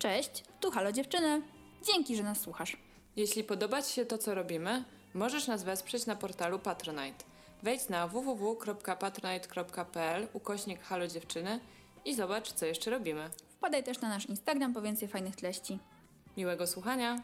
Cześć, tu Halo Dziewczyny. Dzięki, że nas słuchasz. Jeśli podoba Ci się to, co robimy, możesz nas wesprzeć na portalu Patronite. Wejdź na www.patronite.pl/Halo Dziewczyny i zobacz, co jeszcze robimy. Wpadaj też na nasz Instagram po więcej fajnych treści. Miłego słuchania!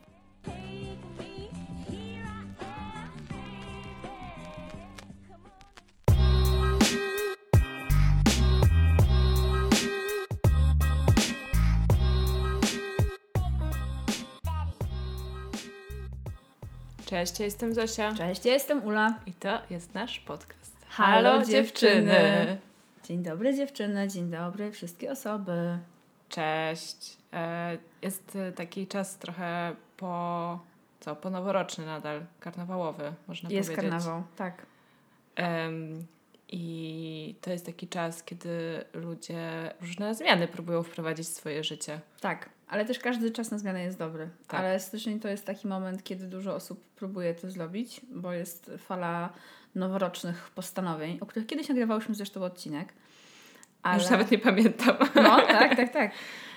Cześć, ja jestem Zosia. Cześć, ja jestem Ula. I to jest nasz podcast. Halo Dziewczyny! Dzień dobry dziewczyny, dzień dobry wszystkie osoby. Cześć. Jest taki czas trochę po noworoczny nadal, karnawałowy, można Jest powiedzieć. karnawał, tak. I to jest taki czas, kiedy ludzie różne zmiany próbują wprowadzić w swoje życie. Tak, ale też każdy czas na zmianę jest dobry. Tak. Ale styczeń to jest taki moment, kiedy dużo osób próbuje to zrobić, bo jest fala noworocznych postanowień, o których kiedyś nagrywałyśmy zresztą odcinek. Ale... Już nawet nie pamiętam. No, tak.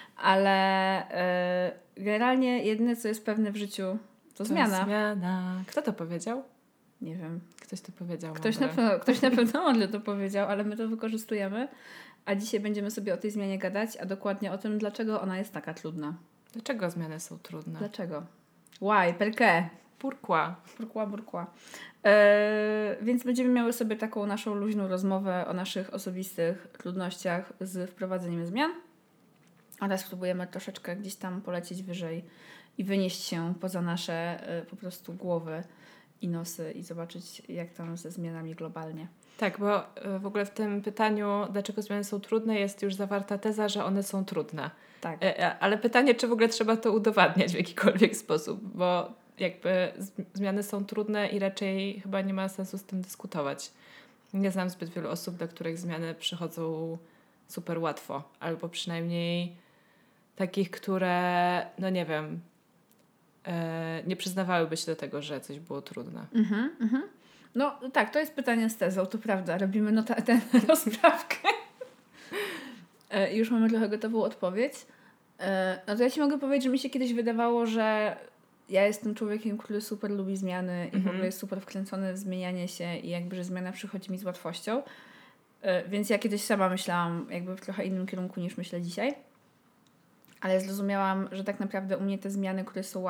Ale generalnie jedyne, co jest pewne w życiu, to zmiana. Zmiana. Kto to powiedział? Nie wiem. Ktoś to powiedział. Ktoś na pewno mądrze to powiedział, ale my to wykorzystujemy. A dzisiaj będziemy sobie o tej zmianie gadać, a dokładnie o tym, dlaczego ona jest taka trudna. Dlaczego zmiany są trudne? Dlaczego? Why? Perché? Pourquoi? Pourquoi? Więc będziemy miały sobie taką naszą luźną rozmowę o naszych osobistych trudnościach z wprowadzeniem zmian. Oraz spróbujemy troszeczkę gdzieś tam polecieć wyżej i wynieść się poza nasze po prostu głowy i nosy i zobaczyć, jak tam ze zmianami globalnie. Tak, bo w ogóle w tym pytaniu, dlaczego zmiany są trudne, jest już zawarta teza, że one są trudne. Tak. Ale pytanie, czy w ogóle trzeba to udowadniać w jakikolwiek sposób, bo jakby zmiany są trudne i raczej chyba nie ma sensu z tym dyskutować. Nie znam zbyt wielu osób, dla których zmiany przychodzą super łatwo, albo przynajmniej takich, które, no nie wiem, nie przyznawałyby się do tego, że coś było trudne. No tak, to jest pytanie z tezą, to prawda. Robimy tę rozprawkę. Już mamy trochę gotową odpowiedź. No to ja Ci mogę powiedzieć, że mi się kiedyś wydawało, że ja jestem człowiekiem, który super lubi zmiany i w ogóle jest super wkręcony w zmienianie się i jakby, że zmiana przychodzi mi z łatwością. Więc ja kiedyś sama myślałam jakby w trochę innym kierunku niż myślę dzisiaj. Ale zrozumiałam, że tak naprawdę u mnie te zmiany, które są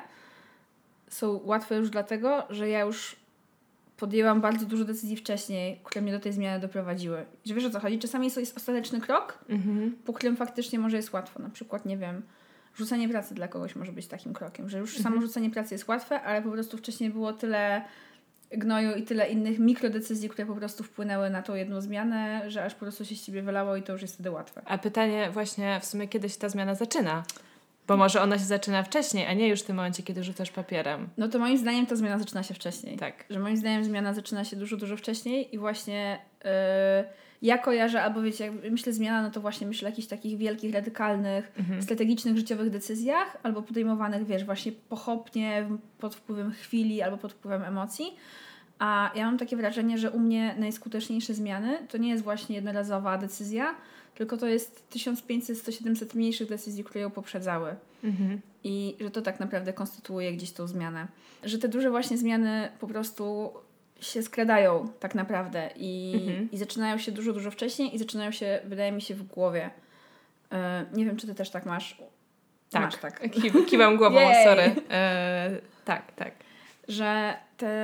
łatwe już dlatego, że ja już podjęłam bardzo dużo decyzji wcześniej, które mnie do tej zmiany doprowadziły. Że wiesz, o co chodzi? Czasami jest ostateczny krok, po którym faktycznie może jest łatwo. Na przykład, nie wiem, rzucenie pracy dla kogoś może być takim krokiem, że już samo rzucenie pracy jest łatwe, ale po prostu wcześniej było tyle gnoju i tyle innych mikrodecyzji, które po prostu wpłynęły na tą jedną zmianę, że aż po prostu się z ciebie wylało i to już jest wtedy łatwe. A pytanie właśnie w sumie, kiedy się ta zmiana zaczyna? Bo może ona się zaczyna wcześniej, a nie już w tym momencie, kiedy rzucasz papierem. No to moim zdaniem ta zmiana zaczyna się wcześniej. Tak. Że moim zdaniem zmiana zaczyna się dużo, dużo wcześniej i właśnie ja kojarzę, albo wiecie, jak myślę zmiana, no to właśnie myślę o jakichś takich wielkich, radykalnych, strategicznych, życiowych decyzjach, albo podejmowanych, wiesz, właśnie pochopnie, pod wpływem chwili, albo pod wpływem emocji. A ja mam takie wrażenie, że u mnie najskuteczniejsze zmiany to nie jest właśnie jednorazowa decyzja, tylko to jest 1500-1700 mniejszych decyzji, które ją poprzedzały. I że to tak naprawdę konstytuuje gdzieś tą zmianę. Że te duże właśnie zmiany po prostu się skradają tak naprawdę i zaczynają się dużo, dużo wcześniej i zaczynają się, wydaje mi się, w głowie. Nie wiem, czy ty też tak masz. Tak, masz, tak. Kiwam głową, sorry. Tak. Że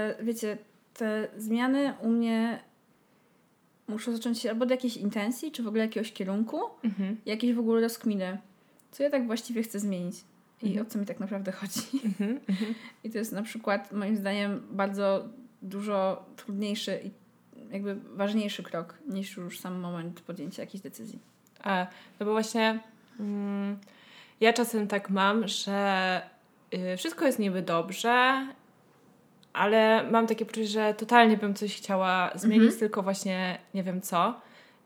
te zmiany u mnie muszą zacząć się albo od jakiejś intencji, czy w ogóle jakiegoś kierunku, jakiejś w ogóle rozkminy. Co ja tak właściwie chcę zmienić i o co mi tak naprawdę chodzi. I to jest na przykład moim zdaniem bardzo dużo trudniejszy i jakby ważniejszy krok niż już sam moment podjęcia jakiejś decyzji. No bo właśnie ja czasem tak mam, że wszystko jest niby dobrze, ale mam takie poczucie, że totalnie bym coś chciała zmienić, tylko właśnie nie wiem co.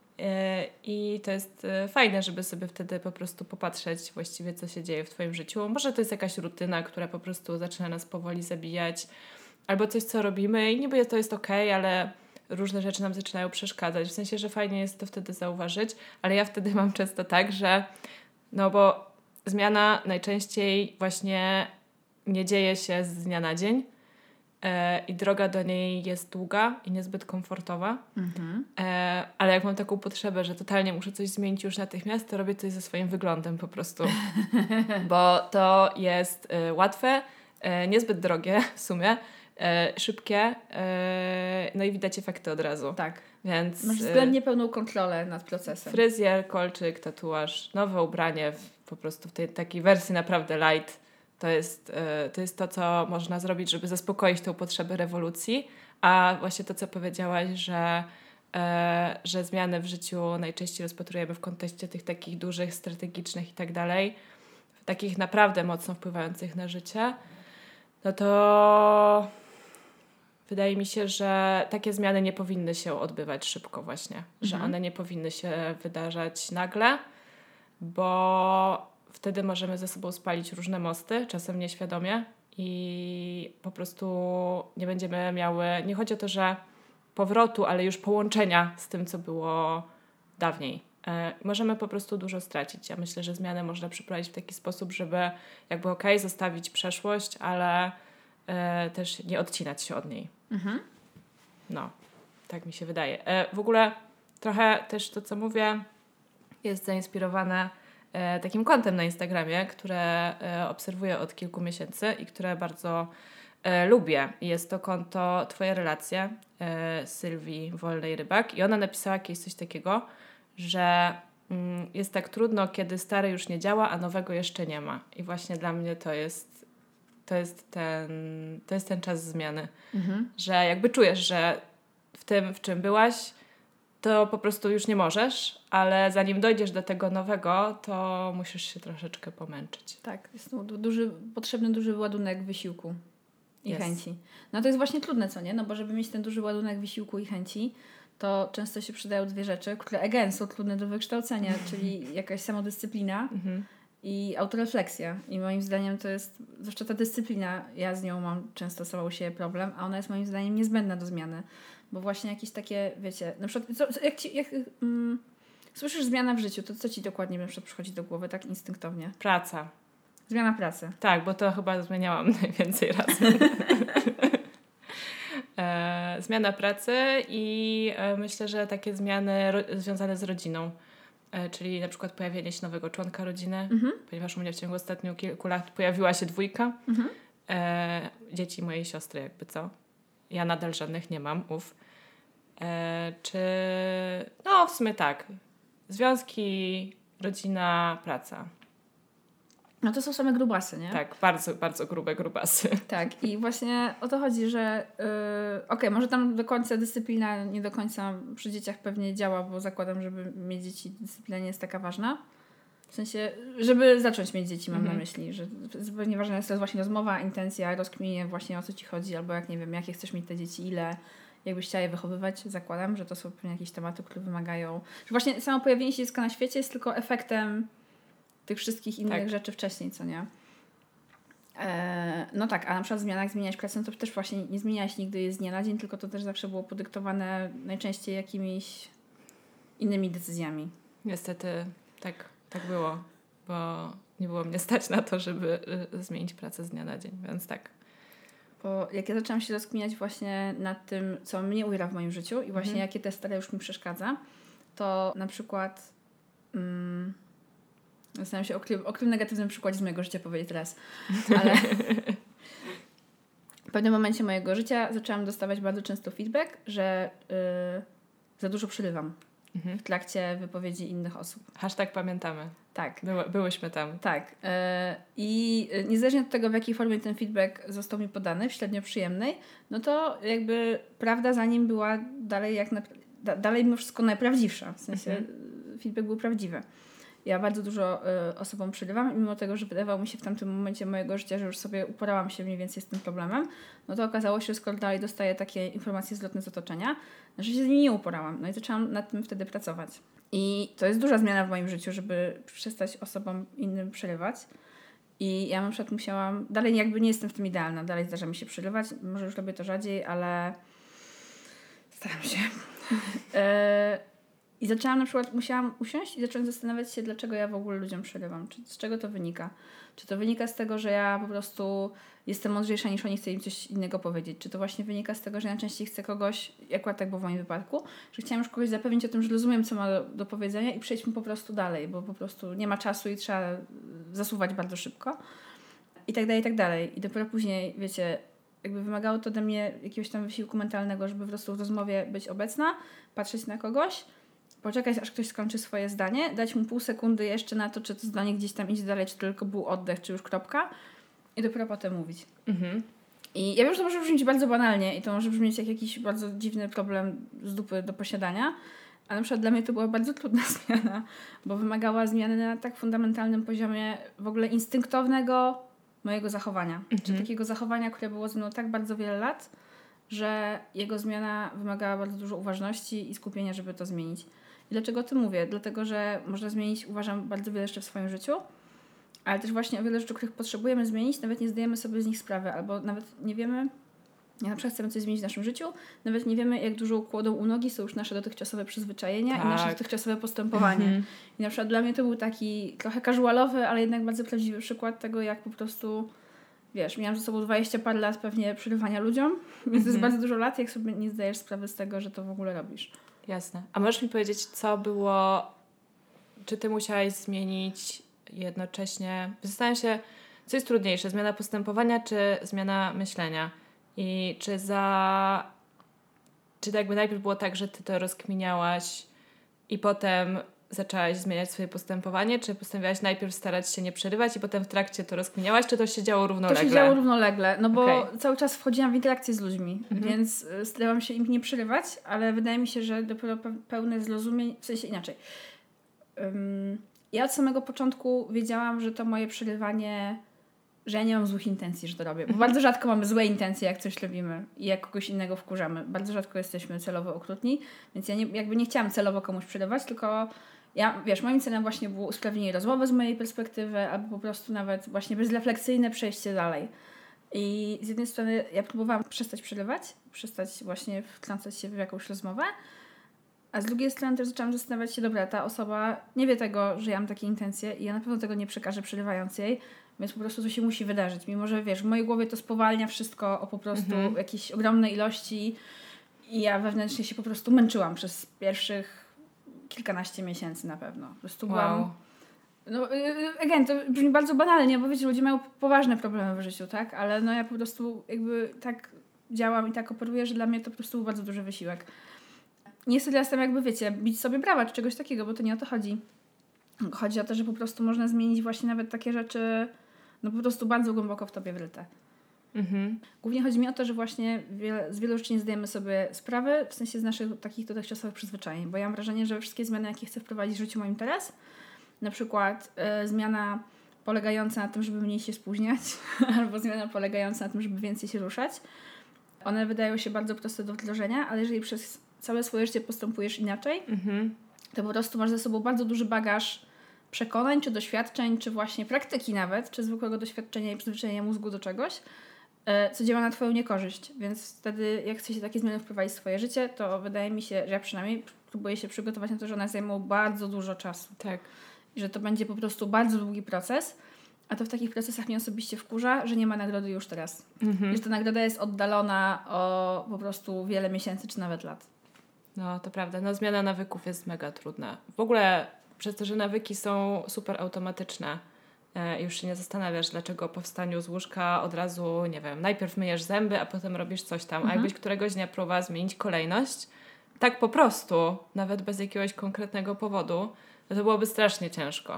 I to jest fajne, żeby sobie wtedy po prostu popatrzeć właściwie, co się dzieje w twoim życiu. Może to jest jakaś rutyna, która po prostu zaczyna nas powoli zabijać, albo coś, co robimy i niby to jest okej, ale różne rzeczy nam zaczynają przeszkadzać. W sensie, że fajnie jest to wtedy zauważyć, ale ja wtedy mam często tak, że no bo zmiana najczęściej właśnie nie dzieje się z dnia na dzień i droga do niej jest długa i niezbyt komfortowa. Ale jak mam taką potrzebę, że totalnie muszę coś zmienić już natychmiast, to robię coś ze swoim wyglądem po prostu. Bo to jest łatwe, niezbyt drogie w sumie, szybkie, no i widać efekty od razu. Tak. Więc masz względnie pełną kontrolę nad procesem. Fryzjer, kolczyk, tatuaż, nowe ubranie po prostu w tej takiej wersji naprawdę light. To jest to, co można zrobić, żeby zaspokoić tę potrzebę rewolucji. A właśnie to, co powiedziałaś, że zmiany w życiu najczęściej rozpatrujemy w kontekście tych takich dużych, strategicznych i tak dalej, takich naprawdę mocno wpływających na życie, no to wydaje mi się, że takie zmiany nie powinny się odbywać szybko właśnie. Że one nie powinny się wydarzać nagle, bo wtedy możemy ze sobą spalić różne mosty, czasem nieświadomie i po prostu nie będziemy miały, nie chodzi o to, że powrotu, ale już połączenia z tym, co było dawniej. Możemy po prostu dużo stracić. Ja myślę, że zmiany można przeprowadzić w taki sposób, żeby jakby zostawić przeszłość, ale też nie odcinać się od niej. No, tak mi się wydaje. W ogóle trochę też to, co mówię, jest zainspirowane takim kontem na Instagramie, które obserwuję od kilku miesięcy i które bardzo lubię. Jest to konto Twoje relacje Sylwii Wolnej-Rybak i ona napisała kiedyś coś takiego, że jest tak trudno, kiedy stare już nie działa, a nowego jeszcze nie ma. I właśnie dla mnie to jest ten czas zmiany. Że jakby czujesz, że w tym, w czym byłaś, to po prostu już nie możesz, ale zanim dojdziesz do tego nowego, to musisz się troszeczkę pomęczyć. Tak, jest potrzebny duży ładunek wysiłku i chęci. No to jest właśnie trudne, co nie? No bo żeby mieć ten duży ładunek wysiłku i chęci, to często się przydają dwie rzeczy, które są trudne do wykształcenia, czyli jakaś samodyscyplina i autorefleksja. I moim zdaniem to jest, zwłaszcza ta dyscyplina, ja z nią mam często sama u siebie problem, a ona jest moim zdaniem niezbędna do zmiany. Bo właśnie jakieś takie, wiecie, na przykład, jak słyszysz zmiana w życiu, to co ci dokładnie na przykład przychodzi do głowy tak instynktownie? Praca. Zmiana pracy. Tak, bo to chyba zmieniałam najwięcej razy. Zmiana pracy i myślę, że takie zmiany związane z rodziną. Czyli na przykład pojawienie się nowego członka rodziny, ponieważ u mnie w ciągu ostatnich kilku lat pojawiła się 2. Dzieci mojej siostry jakby co. Ja nadal żadnych nie mam, no w sumie tak. Związki, rodzina, praca. No to są same grubasy, nie? Tak, bardzo, bardzo grube grubasy. Tak i właśnie o to chodzi, że może tam do końca dyscyplina nie do końca przy dzieciach pewnie działa, bo zakładam, żeby mieć dzieci dyscyplina nie jest taka ważna. W sensie, żeby zacząć mieć dzieci mam na myśli, że pewnie ważna jest to właśnie rozmowa, intencja, rozkminienie właśnie o co ci chodzi, albo jak nie wiem, jakie chcesz mieć te dzieci, ile jakbyś chciała je wychowywać. Zakładam, że to są pewnie jakieś tematy, które wymagają, że właśnie samo pojawienie się dziecka na świecie jest tylko efektem tych wszystkich innych rzeczy wcześniej, co nie? No tak, a na przykład jak zmieniać pracę, no to też właśnie nie zmieniałaś nigdy jej z dnia na dzień, tylko to też zawsze było podyktowane najczęściej jakimiś innymi decyzjami. Niestety tak było, bo nie było mnie stać na to, żeby zmienić pracę z dnia na dzień, więc tak. Bo jak ja zaczęłam się rozkminiać właśnie nad tym, co mnie uwiera w moim życiu i właśnie jakie te stare już mi przeszkadza, to na przykład zastanawiam się o którym negatywnym przykładzie z mojego życia powiedzieć teraz, ale w pewnym momencie mojego życia zaczęłam dostawać bardzo często feedback, że za dużo przerywam w trakcie wypowiedzi innych osób. #pamiętamy. Tak. Byłyśmy tam. Tak. I niezależnie od tego, w jakiej formie ten feedback został mi podany, w średnio przyjemnej, no to jakby prawda za nim była dalej mimo wszystko najprawdziwsza. W sensie feedback był prawdziwy. Ja bardzo dużo osobom przerywam, mimo tego, że wydawało mi się w tamtym momencie mojego życia, że już sobie uporałam się mniej więcej z tym problemem, no to okazało się, że skoro dalej dostaję takie informacje zwrotne z otoczenia, że się z nimi nie uporałam. No i zaczęłam nad tym wtedy pracować. I to jest duża zmiana w moim życiu, żeby przestać osobom innym przerywać. I ja na przykład musiałam, dalej jakby nie jestem w tym idealna, dalej zdarza mi się przerywać, może już robię to rzadziej, ale staram się. I zaczęłam na przykład, musiałam usiąść i zacząć zastanawiać się, dlaczego ja w ogóle ludziom przerywam. Z czego to wynika? Czy to wynika z tego, że ja po prostu jestem mądrzejsza niż oni, chcę im coś innego powiedzieć? Czy to właśnie wynika z tego, że najczęściej chcę kogoś, akurat tak było w moim wypadku, że chciałam już kogoś zapewnić o tym, że rozumiem, co ma do powiedzenia i przejdźmy po prostu dalej, bo po prostu nie ma czasu i trzeba zasuwać bardzo szybko. I tak dalej, i tak dalej. I dopiero później, wiecie, jakby wymagało to ode mnie jakiegoś tam wysiłku mentalnego, żeby po prostu w rozmowie być obecna, patrzeć na kogoś, poczekać, aż ktoś skończy swoje zdanie, dać mu pół sekundy jeszcze na to, czy to zdanie gdzieś tam idzie dalej, czy to tylko był oddech, czy już kropka i dopiero potem mówić. I ja wiem, że to może brzmieć bardzo banalnie i to może brzmieć jak jakiś bardzo dziwny problem z dupy do posiadania, ale na przykład dla mnie to była bardzo trudna zmiana, bo wymagała zmiany na tak fundamentalnym poziomie w ogóle instynktownego mojego zachowania. Czy takiego zachowania, które było ze mną tak bardzo wiele lat, że jego zmiana wymagała bardzo dużo uważności i skupienia, żeby to zmienić. I dlaczego o tym mówię? Dlatego, że można zmienić, uważam, bardzo wiele rzeczy w swoim życiu, ale też właśnie o wiele rzeczy, których potrzebujemy zmienić, nawet nie zdajemy sobie z nich sprawy, albo nawet nie wiemy, jak na przykład chcemy coś zmienić w naszym życiu, nawet nie wiemy, jak dużą kłodą u nogi są już nasze dotychczasowe przyzwyczajenia i nasze dotychczasowe postępowanie. I na przykład dla mnie to był taki trochę casualowy, ale jednak bardzo prawdziwy przykład tego, jak po prostu, wiesz, miałam ze sobą 20 parę lat pewnie przerywania ludziom, więc to jest bardzo dużo lat, jak sobie nie zdajesz sprawy z tego, że to w ogóle robisz. Jasne. A możesz mi powiedzieć, co było, czy ty musiałaś zmienić jednocześnie, zastanawiam się, co jest trudniejsze, zmiana postępowania czy zmiana myślenia? I czy to jakby najpierw było tak, że ty to rozkminiałaś i potem zaczęłaś zmieniać swoje postępowanie, czy postanowiłaś najpierw starać się nie przerywać i potem w trakcie to rozkminiałaś, czy to się działo równolegle? To się działo równolegle, no bo cały czas wchodziłam w interakcję z ludźmi, więc starałam się im nie przerywać, ale wydaje mi się, że dopiero pełne zrozumienie, w sensie inaczej. Ja od samego początku wiedziałam, że to moje przerywanie, że ja nie mam złych intencji, że to robię. Bo bardzo rzadko mamy złe intencje, jak coś robimy i jak kogoś innego wkurzamy. Bardzo rzadko jesteśmy celowo okrutni, więc ja nie chciałam celowo komuś przerywać, tylko ja, wiesz, moim celem właśnie było usprawnienie rozmowy z mojej perspektywy, albo po prostu nawet właśnie bezrefleksyjne przejście dalej. I z jednej strony ja próbowałam przestać przerywać, przestać właśnie wtrącać się w jakąś rozmowę, a z drugiej strony też zaczęłam zastanawiać się, dobra, ta osoba nie wie tego, że ja mam takie intencje i ja na pewno tego nie przekażę przerywając jej, więc po prostu to się musi wydarzyć. Mimo że, wiesz, w mojej głowie to spowalnia wszystko o po prostu jakiejś ogromnej ilości i ja wewnętrznie się po prostu męczyłam przez pierwszych kilkanaście miesięcy na pewno. Po prostu byłam... No, again, to brzmi bardzo banalnie, bo wiecie, ludzie mają poważne problemy w życiu, tak? Ale no ja po prostu jakby tak działam i tak operuję, że dla mnie to po prostu był bardzo duży wysiłek. Nie chcę teraz tam jakby, wiecie, bić sobie brawa czy czegoś takiego, bo to nie o to chodzi. Chodzi o to, że po prostu można zmienić właśnie nawet takie rzeczy, no po prostu bardzo głęboko w tobie wryte. Głównie chodzi mi o to, że właśnie z wielu rzeczy nie zdajemy sobie sprawy, w sensie z naszych takich dotychczasowych przyzwyczajeń, bo ja mam wrażenie, że wszystkie zmiany, jakie chcę wprowadzić w życiu moim teraz, na przykład zmiana polegająca na tym, żeby mniej się spóźniać, albo zmiana polegająca na tym, żeby więcej się ruszać, one wydają się bardzo proste do wdrożenia, ale jeżeli przez całe swoje życie postępujesz inaczej, to po prostu masz ze sobą bardzo duży bagaż przekonań, czy doświadczeń, czy właśnie praktyki nawet, czy zwykłego doświadczenia i przyzwyczajenia mózgu do czegoś, co działa na twoją niekorzyść. Więc wtedy, jak chce się takie zmiany wprowadzić w swoje życie, to wydaje mi się, że ja przynajmniej próbuję się przygotować na to, że one zajmą bardzo dużo czasu. Tak. I że to będzie po prostu bardzo długi proces, a to w takich procesach mnie osobiście wkurza, że nie ma nagrody już teraz. I że ta nagroda jest oddalona o po prostu wiele miesięcy, czy nawet lat. No, to prawda. No, zmiana nawyków jest mega trudna. W ogóle przez to, że nawyki są super automatyczne, już się nie zastanawiasz, dlaczego po wstaniu z łóżka od razu, nie wiem, najpierw myjesz zęby, a potem robisz coś tam. A jakbyś któregoś dnia próbowała zmienić kolejność, tak po prostu, nawet bez jakiegoś konkretnego powodu, no to byłoby strasznie ciężko.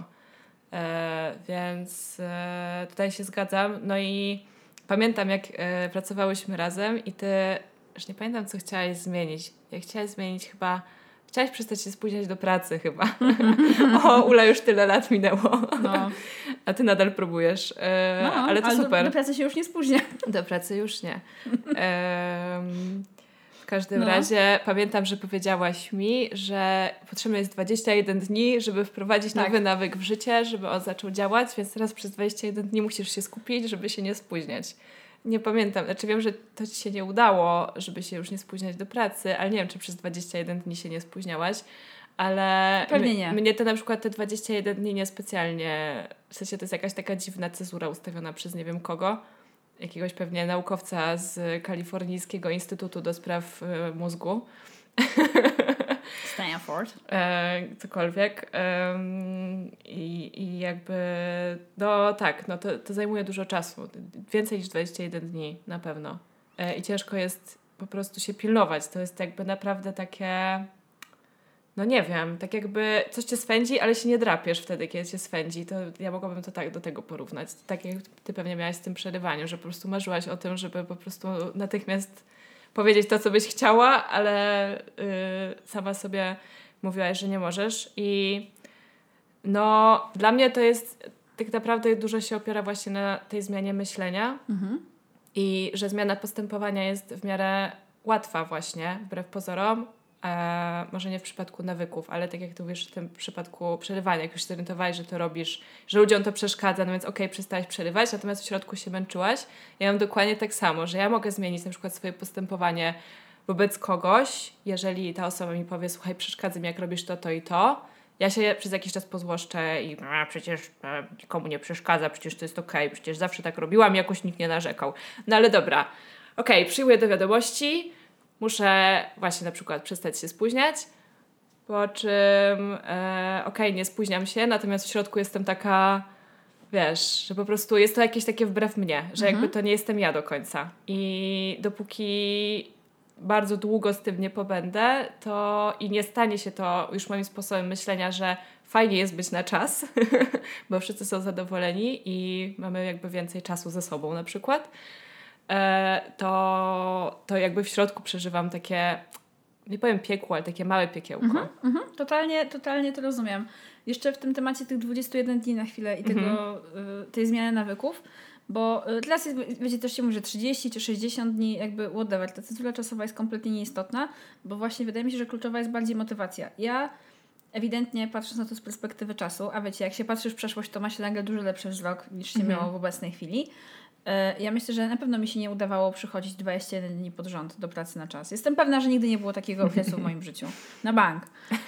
Więc tutaj się zgadzam. No i pamiętam, jak pracowałyśmy razem i ty, już nie pamiętam, co chciałaś zmienić. Jak chciałaś zmienić chyba... Chciałaś przestać się spóźniać do pracy chyba. O, Ula, już tyle lat minęło. No. A ty nadal próbujesz. Ale to super. Do pracy się już nie spóźnia. Do pracy już nie. W każdym razie pamiętam, że powiedziałaś mi, że potrzebne jest 21 dni, żeby wprowadzić nowy nawyk w życie, żeby on zaczął działać, więc teraz przez 21 dni musisz się skupić, żeby się nie spóźniać. Nie pamiętam, znaczy wiem, że to ci się nie udało, żeby się już nie spóźniać do pracy, ale nie wiem, czy przez 21 dni się nie spóźniałaś, ale Pewnie nie. mnie to na przykład te 21 dni niespecjalnie, w sensie to jest jakaś taka dziwna cezura ustawiona przez nie wiem kogo, jakiegoś pewnie naukowca z Kalifornijskiego Instytutu do Spraw Mózgu. Stanford. Cokolwiek. I jakby, no tak, no to zajmuje dużo czasu. Więcej niż 21 dni na pewno. I ciężko jest po prostu się pilnować. To jest jakby naprawdę takie, no nie wiem, tak jakby coś cię swędzi, ale się nie drapiesz wtedy, kiedy cię swędzi. To ja mogłabym to tak do tego porównać. Tak jak ty pewnie miałaś z tym przerywaniem, że po prostu marzyłaś o tym, żeby po prostu natychmiast powiedzieć to, co byś chciała, ale sama sobie mówiłaś, że nie możesz. I no dla mnie to jest tak naprawdę dużo się opiera właśnie na tej zmianie myślenia i że zmiana postępowania jest w miarę łatwa właśnie, wbrew pozorom. Może nie w przypadku nawyków, ale tak jak ty mówisz w tym przypadku przerywania, jak już się zorientowałeś, że to robisz, że ludziom to przeszkadza, no więc okej, przestałaś przerywać, natomiast w środku się męczyłaś. Ja mam dokładnie tak samo, że ja mogę zmienić na przykład swoje postępowanie wobec kogoś, jeżeli ta osoba mi powie, słuchaj, przeszkadza mi, jak robisz to i to. Ja się przez jakiś czas pozłoszczę i przecież nikomu nie przeszkadza, przecież to jest okej, przecież zawsze tak robiłam i jakoś nikt nie narzekał. No ale dobra, przyjmuję do wiadomości, muszę właśnie na przykład przestać się spóźniać, po czym nie spóźniam się, natomiast w środku jestem taka, wiesz, że po prostu jest to jakieś takie wbrew mnie, że jakby to nie jestem ja do końca. I dopóki bardzo długo z tym nie pobędę, to i nie stanie się to już moim sposobem myślenia, że fajnie jest być na czas, bo wszyscy są zadowoleni i mamy jakby więcej czasu ze sobą na przykład, to jakby w środku przeżywam takie, nie powiem piekło, ale takie małe piekiełko. Totalnie to rozumiem. Jeszcze w tym temacie tych 21 dni na chwilę i tej zmiany nawyków, bo teraz jest, wiecie, też się mówi, że 30 czy 60 dni, jakby whatever, ta cezura czasowa jest kompletnie nieistotna, bo właśnie wydaje mi się, że kluczowa jest bardziej motywacja. Ja ewidentnie patrząc na to z perspektywy czasu, a wiecie, jak się patrzy w przeszłość, to ma się nagle dużo lepszy wzrok niż się miało w obecnej chwili. Ja myślę, że na pewno mi się nie udawało przychodzić 21 dni pod rząd do pracy na czas. Jestem pewna, że nigdy nie było takiego okresu w moim życiu. Na bank.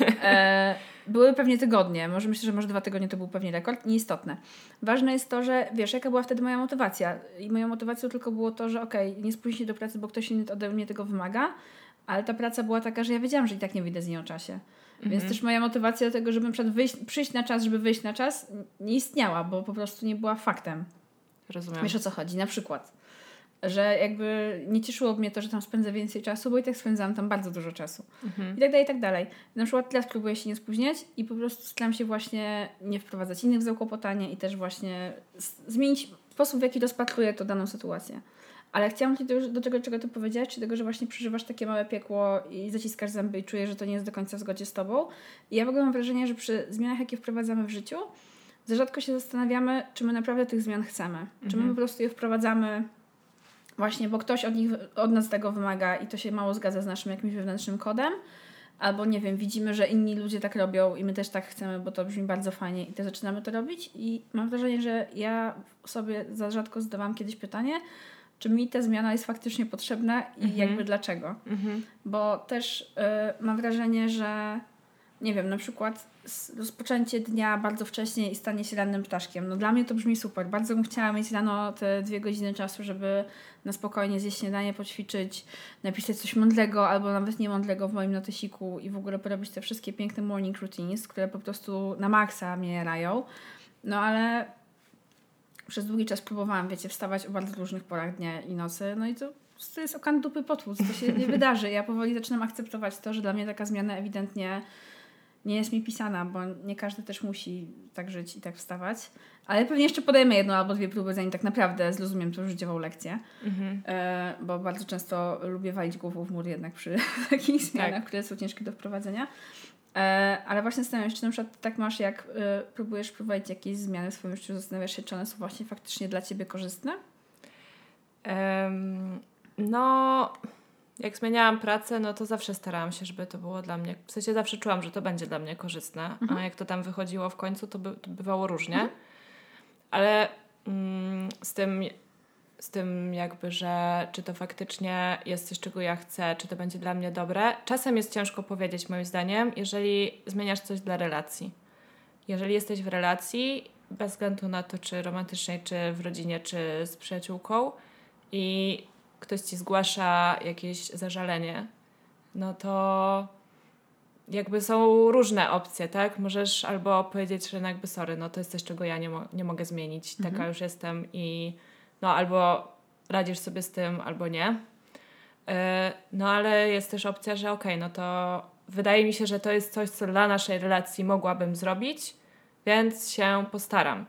Były pewnie tygodnie. Myślę, że może 2 tygodnie to był pewnie rekord. Nieistotne. Ważne jest to, że wiesz, jaka była wtedy moja motywacja. I moją motywacją tylko było to, że nie spóźnij się do pracy, bo ktoś inny ode mnie tego wymaga. Ale ta praca była taka, że ja wiedziałam, że i tak nie wyjdę z niej o czasie. Więc też moja motywacja do tego, żeby przyjść na czas, żeby wyjść na czas, nie istniała, bo po prostu nie była faktem. Rozumiem. Wiesz, o co chodzi? Na przykład, że jakby nie cieszyło mnie to, że tam spędzę więcej czasu, bo i tak spędzałam tam bardzo dużo czasu. I tak dalej, i tak dalej. Na przykład teraz próbuję się nie spóźniać i po prostu staram się właśnie nie wprowadzać innych w zakłopotanie i też właśnie zmienić sposób, w jaki rozpatruję to daną sytuację. Ale chciałam do tego, czego ty powiedziałaś, czy tego, że właśnie przeżywasz takie małe piekło i zaciskasz zęby i czujesz, że to nie jest do końca w zgodzie z tobą. I ja w ogóle mam wrażenie, że przy zmianach, jakie wprowadzamy w życiu, za rzadko się zastanawiamy, czy my naprawdę tych zmian chcemy. Czy my po prostu je wprowadzamy właśnie, bo ktoś od nas tego wymaga i to się mało zgadza z naszym jakimś wewnętrznym kodem. Albo nie wiem, widzimy, że inni ludzie tak robią i my też tak chcemy, bo to brzmi bardzo fajnie i też zaczynamy to robić. I mam wrażenie, że ja sobie za rzadko zadawałam kiedyś pytanie, czy mi ta zmiana jest faktycznie potrzebna i jakby dlaczego. Bo też mam wrażenie, że nie wiem, na przykład rozpoczęcie dnia bardzo wcześnie i stanie się rannym ptaszkiem. No dla mnie to brzmi super. Bardzo bym chciała mieć rano te 2 godziny czasu, żeby na spokojnie zjeść śniadanie, poćwiczyć, napisać coś mądrego albo nawet niemądrego w moim notesiku i w ogóle porobić te wszystkie piękne morning routines, które po prostu na maksa mnie jarają. No ale przez długi czas próbowałam, wiecie, wstawać o bardzo różnych porach dnia i nocy. No i to jest okan dupy potłuc. To się nie wydarzy. Ja powoli zaczynam akceptować to, że dla mnie taka zmiana ewidentnie nie jest mi pisana, bo nie każdy też musi tak żyć i tak wstawać. Ale pewnie jeszcze podejmę 1 albo 2 próby, zanim tak naprawdę zrozumiem tą życiową lekcję. Bo bardzo często lubię walić głową w mur jednak przy takich zmianach, które są ciężkie do wprowadzenia. Ale właśnie zastanawiam się, czy na przykład tak masz, jak próbujesz wprowadzić jakieś zmiany w swoim życiu, zastanawiasz się, czy one są właśnie faktycznie dla ciebie korzystne? No, jak zmieniałam pracę, no to zawsze starałam się, żeby to było dla mnie, w sensie zawsze czułam, że to będzie dla mnie korzystne, a jak to tam wychodziło w końcu, to bywało różnie. Ale z tym z tym jakby, że czy to faktycznie jest coś, czego ja chcę, czy to będzie dla mnie dobre. Czasem jest ciężko powiedzieć, moim zdaniem, jeżeli zmieniasz coś dla relacji. Jeżeli jesteś w relacji, bez względu na to, czy romantycznej, czy w rodzinie, czy z przyjaciółką i ktoś ci zgłasza jakieś zażalenie, no to jakby są różne opcje, tak? Możesz albo powiedzieć, że no jakby sorry, no to jest coś, czego ja nie mogę zmienić. Taka już jestem i no albo radzisz sobie z tym, albo nie. No ale jest też opcja, że okej, no to wydaje mi się, że to jest coś, co dla naszej relacji mogłabym zrobić, więc się postaram.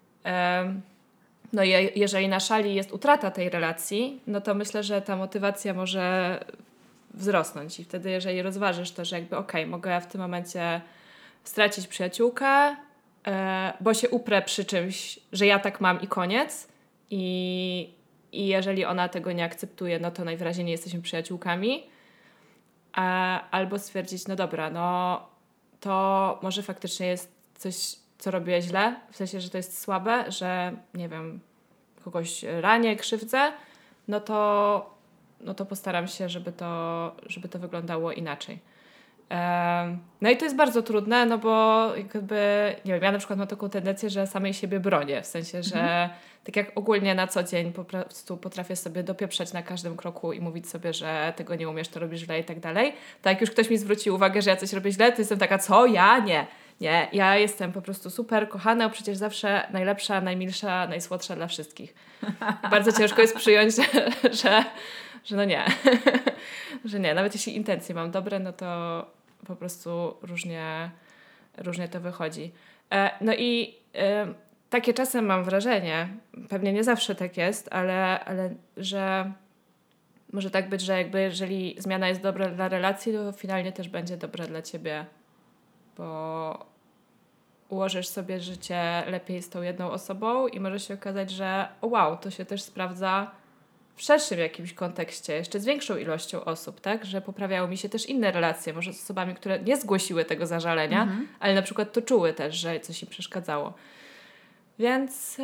No i jeżeli na szali jest utrata tej relacji, no to myślę, że ta motywacja może wzrosnąć i wtedy jeżeli rozważysz to, że jakby mogę w tym momencie stracić przyjaciółkę, bo się uprę przy czymś, że ja tak mam i koniec i jeżeli ona tego nie akceptuje, no to najwyraźniej nie jesteśmy przyjaciółkami, albo stwierdzić, no dobra, no to może faktycznie jest coś, co robię źle, w sensie, że to jest słabe, że nie wiem, kogoś ranię, krzywdzę, no to postaram się, żeby to wyglądało inaczej. No i to jest bardzo trudne, no bo jakby, nie wiem, ja na przykład mam taką tendencję, że samej siebie bronię, w sensie, że tak jak ogólnie na co dzień po prostu potrafię sobie dopieprzać na każdym kroku i mówić sobie, że tego nie umiesz, to robisz źle i tak dalej, to jak już ktoś mi zwróci uwagę, że ja coś robię źle, to jestem taka, co? Ja? Nie, ja jestem po prostu super kochana, przecież zawsze najlepsza, najmilsza, najsłodsza dla wszystkich. Bardzo ciężko jest przyjąć, że no nie, że nie. Nawet jeśli intencje mam dobre, no to po prostu różnie to wychodzi. No i takie czasem mam wrażenie, pewnie nie zawsze tak jest, ale że może tak być, że jakby jeżeli zmiana jest dobra dla relacji, to finalnie też będzie dobra dla ciebie, bo ułożysz sobie życie lepiej z tą jedną osobą i może się okazać, że wow, to się też sprawdza w szerszym jakimś kontekście, jeszcze z większą ilością osób, tak? Że poprawiały mi się też inne relacje, może z osobami, które nie zgłosiły tego zażalenia, ale na przykład to czuły też, że coś im przeszkadzało. Więc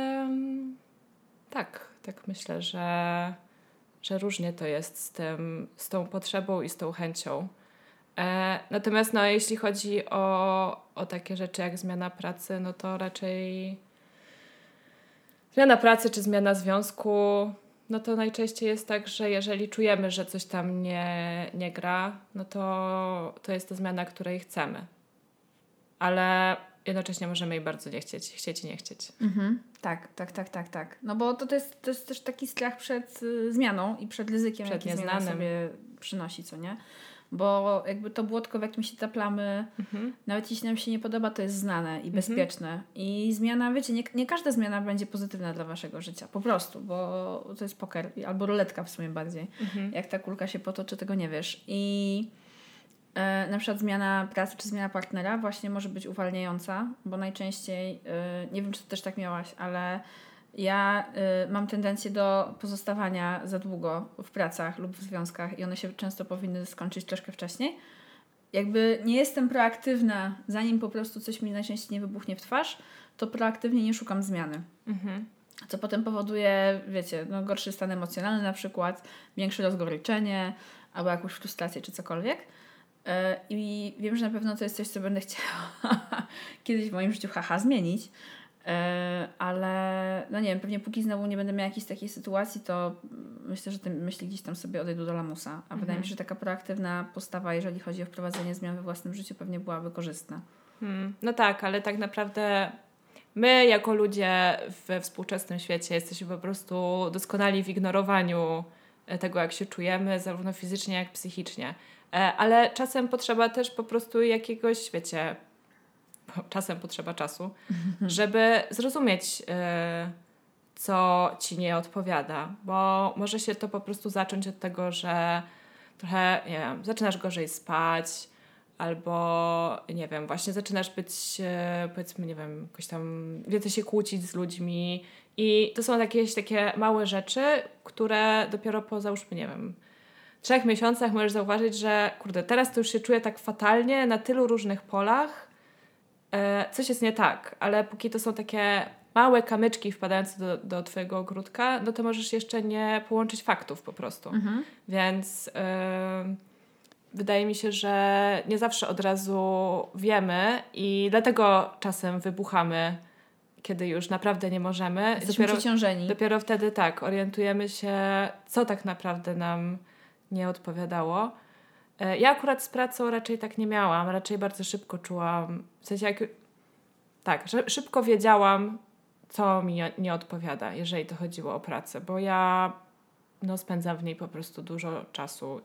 tak myślę, że różnie to jest z tą potrzebą i z tą chęcią. Natomiast no, jeśli chodzi o takie rzeczy jak zmiana pracy, no to raczej zmiana pracy czy zmiana związku, no to najczęściej jest tak, że jeżeli czujemy, że coś tam nie gra, no to jest to zmiana, której chcemy. Ale jednocześnie możemy jej bardzo nie chcieć i nie chcieć. Tak. No bo to jest też taki strach przed zmianą i przed ryzykiem, jaki zmiana sobie przynosi, co nie? Bo jakby to błotko, w jakim się taplamy, nawet jeśli nam się nie podoba, to jest znane i bezpieczne. I zmiana, wiecie, nie każda zmiana będzie pozytywna dla waszego życia. Po prostu, bo to jest poker albo ruletka w sumie bardziej. Jak ta kulka się potoczy, tego nie wiesz. I na przykład zmiana pracy czy zmiana partnera właśnie może być uwalniająca, bo najczęściej, nie wiem, czy to też tak miałaś, ale ja mam tendencję do pozostawania za długo w pracach lub w związkach i one się często powinny skończyć troszkę wcześniej. Jakby nie jestem proaktywna, zanim po prostu coś mi najczęściej nie wybuchnie w twarz, to proaktywnie nie szukam zmiany. Co potem powoduje, wiecie, no gorszy stan emocjonalny na przykład, większe rozgoryczenie albo jakąś frustrację czy cokolwiek. I wiem, że na pewno to jest coś, co będę chciała kiedyś w moim życiu zmienić. Ale no nie wiem, pewnie póki znowu nie będę miała jakiejś takiej sytuacji, to myślę, że te myśli gdzieś tam sobie odejdą do lamusa. A wydaje mi się, że taka proaktywna postawa, jeżeli chodzi o wprowadzenie zmian we własnym życiu, pewnie byłaby korzystna. No tak, ale tak naprawdę my jako ludzie we współczesnym świecie jesteśmy po prostu doskonali w ignorowaniu tego, jak się czujemy, zarówno fizycznie, jak psychicznie. Ale czasem potrzeba też po prostu jakiegoś, wiecie, czasem potrzeba czasu, żeby zrozumieć, co ci nie odpowiada, bo może się to po prostu zacząć od tego, że trochę, nie wiem, zaczynasz gorzej spać, albo, nie wiem, właśnie zaczynasz być, powiedzmy, nie wiem, jakoś tam więcej się kłócić z ludźmi i to są jakieś takie małe rzeczy, które dopiero po, załóżmy, nie wiem, 3 miesiącach możesz zauważyć, że kurde, teraz to już się czuję tak fatalnie na tylu różnych polach, coś jest nie tak, ale póki to są takie małe kamyczki wpadające do twojego ogródka, no to możesz jeszcze nie połączyć faktów po prostu. Więc wydaje mi się, że nie zawsze od razu wiemy i dlatego czasem wybuchamy, kiedy już naprawdę nie możemy. Jesteśmy przeciążeni. Dopiero wtedy orientujemy się, co tak naprawdę nam nie odpowiadało. Ja akurat z pracą raczej tak nie miałam. Raczej bardzo szybko czułam, w sensie że szybko wiedziałam, co mi nie odpowiada, jeżeli to chodziło o pracę, bo ja spędzam w niej po prostu dużo czasu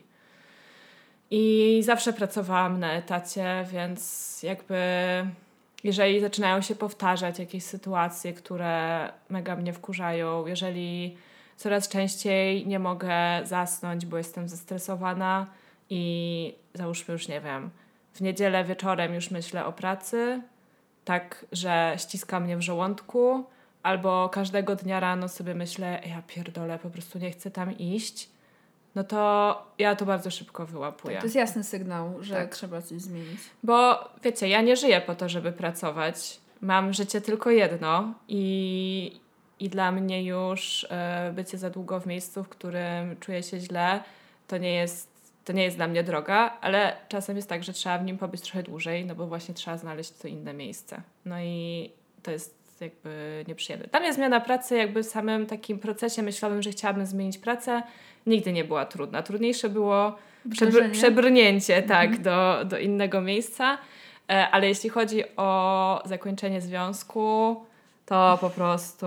i zawsze pracowałam na etacie, więc jakby jeżeli zaczynają się powtarzać jakieś sytuacje, które mega mnie wkurzają, jeżeli coraz częściej nie mogę zasnąć, bo jestem zestresowana i załóżmy już, nie wiem, w niedzielę wieczorem już myślę o pracy, tak, że ściska mnie w żołądku, albo każdego dnia rano sobie myślę, ja pierdolę, po prostu nie chcę tam iść, no to ja to bardzo szybko wyłapuję. Tak, to jest jasny sygnał, że trzeba coś zmienić. Bo wiecie, ja nie żyję po to, żeby pracować. Mam życie tylko jedno i dla mnie już bycie za długo w miejscu, w którym czuję się źle, to nie jest dla mnie droga, ale czasem jest tak, że trzeba w nim pobyć trochę dłużej, no bo właśnie trzeba znaleźć to inne miejsce. No i to jest jakby nieprzyjemne. Dla mnie zmiana pracy jakby w samym takim procesie myślałam, że chciałabym zmienić pracę, nigdy nie była trudna. Trudniejsze było przebrnięcie do innego miejsca, ale jeśli chodzi o zakończenie związku, to po prostu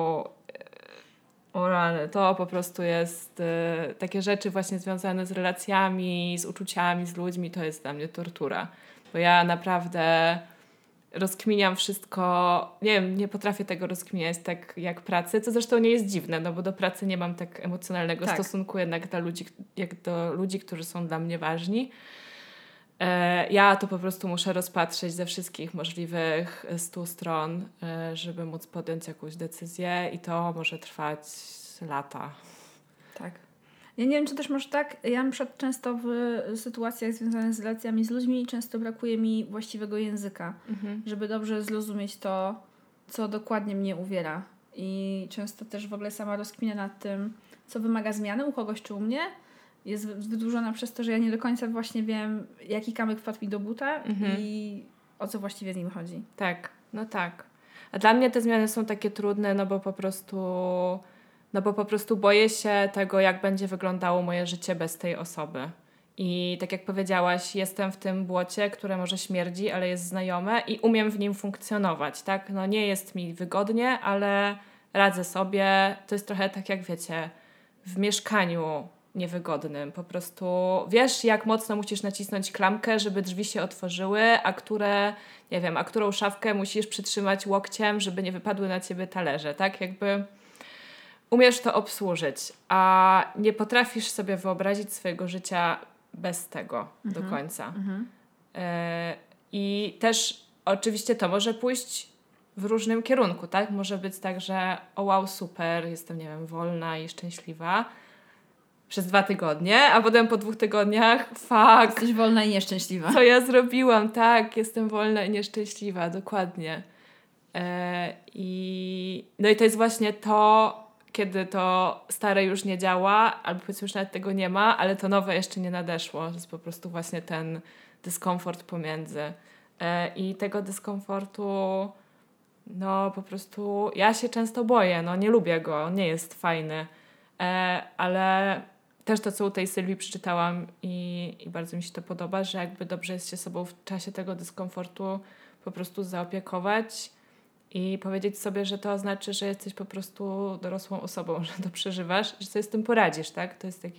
o rany, to po prostu jest takie rzeczy właśnie związane z relacjami, z uczuciami, z ludźmi, to jest dla mnie tortura. Bo ja naprawdę rozkminiam wszystko, nie wiem, nie potrafię tego rozkminiać tak jak pracy, co zresztą nie jest dziwne, no bo do pracy nie mam tak emocjonalnego stosunku jednak jak do ludzi, którzy są dla mnie ważni. Ja to po prostu muszę rozpatrzeć ze wszystkich możliwych 100 stron, żeby móc podjąć jakąś decyzję i to może trwać lata. Tak. Ja nie wiem, czy też może tak, ja na przykład często w sytuacjach związanych z relacjami z ludźmi często brakuje mi właściwego języka, żeby dobrze zrozumieć to, co dokładnie mnie uwiera. I często też w ogóle sama rozkminę nad tym, co wymaga zmiany u kogoś czy u mnie, jest wydłużona przez to, że ja nie do końca właśnie wiem, jaki kamyk wpadł mi do buta i o co właściwie z nim chodzi. Tak, no tak. A dla mnie te zmiany są takie trudne, no bo po prostu boję się tego, jak będzie wyglądało moje życie bez tej osoby. I tak jak powiedziałaś, jestem w tym błocie, które może śmierdzi, ale jest znajome i umiem w nim funkcjonować, tak? No nie jest mi wygodnie, ale radzę sobie. To jest trochę tak jak wiecie, w mieszkaniu niewygodnym. Po prostu wiesz, jak mocno musisz nacisnąć klamkę, żeby drzwi się otworzyły, a którą szafkę musisz przytrzymać łokciem, żeby nie wypadły na ciebie talerze, tak? Jakby umiesz to obsłużyć, a nie potrafisz sobie wyobrazić swojego życia bez tego do końca. I też oczywiście to może pójść w różnym kierunku, tak? Może być tak, że o wow, super, jestem, nie wiem, wolna i szczęśliwa przez 2 tygodnie, a potem po 2 tygodniach jesteś wolna i nieszczęśliwa. Co ja zrobiłam? Tak, jestem wolna i nieszczęśliwa, dokładnie. I to jest właśnie to, kiedy to stare już nie działa, albo powiedzmy już nawet tego nie ma, ale to nowe jeszcze nie nadeszło. To jest po prostu właśnie ten dyskomfort pomiędzy. I tego dyskomfortu po prostu ja się często boję, nie lubię go, on nie jest fajny. Ale też to, co u tej Sylwii przeczytałam i bardzo mi się to podoba, że jakby dobrze jest się sobą w czasie tego dyskomfortu po prostu zaopiekować i powiedzieć sobie, że to znaczy, że jesteś po prostu dorosłą osobą, że to przeżywasz, że sobie z tym poradzisz, tak? To jest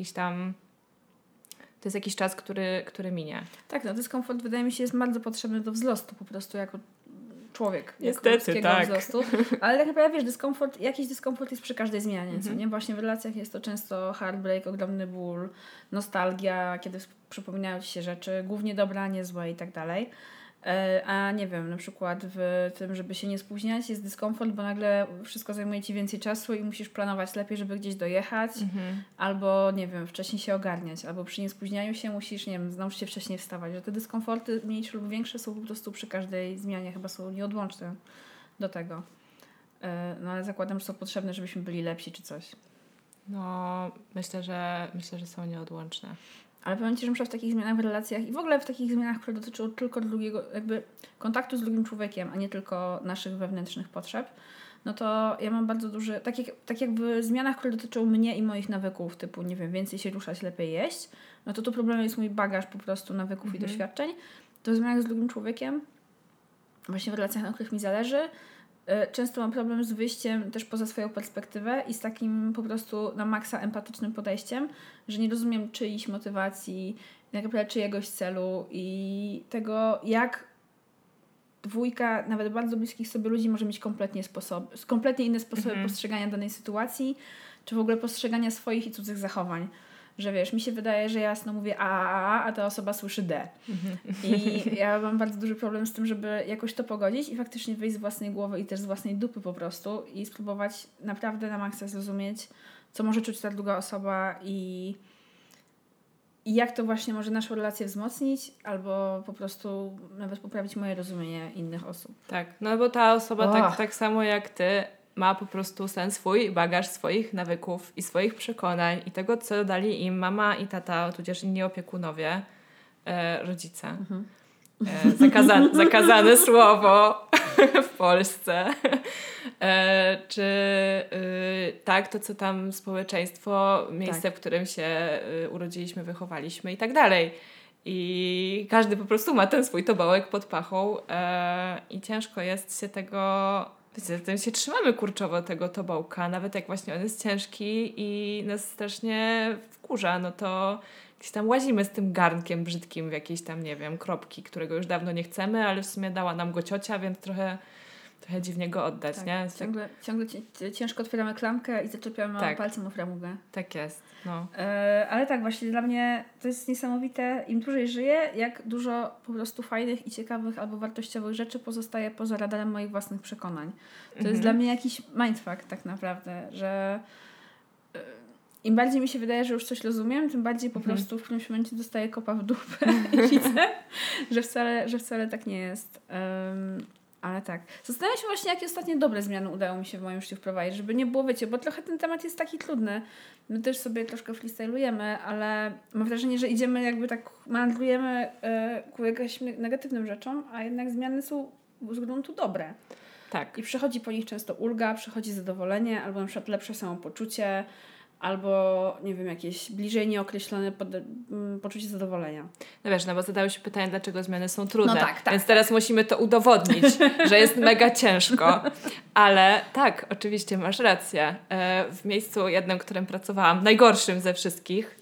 jakiś czas, który minie. Tak, dyskomfort wydaje mi się jest bardzo potrzebny do wzrostu po prostu jako człowiek. Niestety, tak. Wzrostu. Ale tak naprawdę jakiś dyskomfort jest przy każdej zmianie, co nie? Właśnie w relacjach jest to często heartbreak, ogromny ból, nostalgia, kiedy przypominają ci się rzeczy, głównie dobre, a nie złe i tak dalej. A nie wiem, na przykład w tym, żeby się nie spóźniać, jest dyskomfort, bo nagle wszystko zajmuje ci więcej czasu i musisz planować lepiej, żeby gdzieś dojechać, albo nie wiem, wcześniej się ogarniać, albo przy niespóźnianiu się musisz, nie wiem, nauczyć się wcześniej wstawać, że te dyskomforty mniejsze lub większe są po prostu przy każdej zmianie, chyba są nieodłączne do tego. no ale zakładam, że są potrzebne, żebyśmy byli lepsi czy coś. No, myślę, że są nieodłączne. Ale powiem Ci, że w takich zmianach w relacjach i w ogóle w takich zmianach, które dotyczą tylko drugiego, jakby kontaktu z drugim człowiekiem, a nie tylko naszych wewnętrznych potrzeb, no to ja mam bardzo duży, tak jak w zmianach, które dotyczą mnie i moich nawyków, typu, nie wiem, więcej się ruszać, lepiej jeść, no to tu problemem jest mój bagaż po prostu nawyków i doświadczeń. To w zmianach z drugim człowiekiem, właśnie w relacjach, na których mi zależy, często mam problem z wyjściem też poza swoją perspektywę i z takim po prostu na maksa empatycznym podejściem, że nie rozumiem czyichś motywacji, tak naprawdę czyjegoś celu i tego, jak dwójka nawet bardzo bliskich sobie ludzi może mieć kompletnie inne sposoby postrzegania danej sytuacji, czy w ogóle postrzegania swoich i cudzych zachowań. Że wiesz, mi się wydaje, że ja jasno mówię a ta osoba słyszy D. I ja mam bardzo duży problem z tym, żeby jakoś to pogodzić i faktycznie wyjść z własnej głowy i też z własnej dupy po prostu i spróbować naprawdę na maksa zrozumieć, co może czuć ta druga osoba i jak to właśnie może naszą relację wzmocnić albo po prostu nawet poprawić moje rozumienie innych osób. Tak, no bo ta osoba tak samo jak ty ma po prostu ten swój bagaż swoich nawyków i swoich przekonań i tego, co dali im mama i tata, tudzież inni opiekunowie, rodzice. Zakazane słowo w Polsce. Czy tak, to co tam społeczeństwo, miejsce, w którym się urodziliśmy, wychowaliśmy i tak dalej. I każdy po prostu ma ten swój tobołek pod pachą i ciężko jest się tego... Wiecie, się trzymamy kurczowo tego tobołka, nawet jak właśnie on jest ciężki i nas strasznie wkurza, no to gdzieś tam łazimy z tym garnkiem brzydkim w jakiejś tam, nie wiem, kropki, którego już dawno nie chcemy, ale w sumie dała nam go ciocia, więc trochę dziwnie go oddać, tak, nie? Ciągle ciężko otwieramy klamkę i zaczepiamy palcem o framugę. Tak jest, no. Ale tak, właśnie dla mnie to jest niesamowite, im dłużej żyję, jak dużo po prostu fajnych i ciekawych albo wartościowych rzeczy pozostaje poza radarem moich własnych przekonań. To jest dla mnie jakiś mindfuck tak naprawdę, że im bardziej mi się wydaje, że już coś rozumiem, tym bardziej po prostu w którymś momencie dostaję kopa w dupę i widzę, że wcale tak nie jest. Ale tak. Zastanawiam się właśnie, jakie ostatnie dobre zmiany udało mi się w moim życiu wprowadzić, żeby nie było, wiecie, bo trochę ten temat jest taki trudny. My też sobie troszkę freestylujemy, ale mam wrażenie, że idziemy jakby tak, mandrujemy ku jakimś negatywnym rzeczom, a jednak zmiany są z gruntu dobre. Tak. I przychodzi po nich często ulga, przychodzi zadowolenie, albo na przykład lepsze samopoczucie, albo, nie wiem, jakieś bliżej nieokreślone poczucie zadowolenia. No wiesz, no bo zadałeś się pytanie, dlaczego zmiany są trudne. No tak. Więc teraz musimy to udowodnić, że jest mega ciężko. Ale tak, oczywiście masz rację. W miejscu jednym, w którym pracowałam, najgorszym ze wszystkich,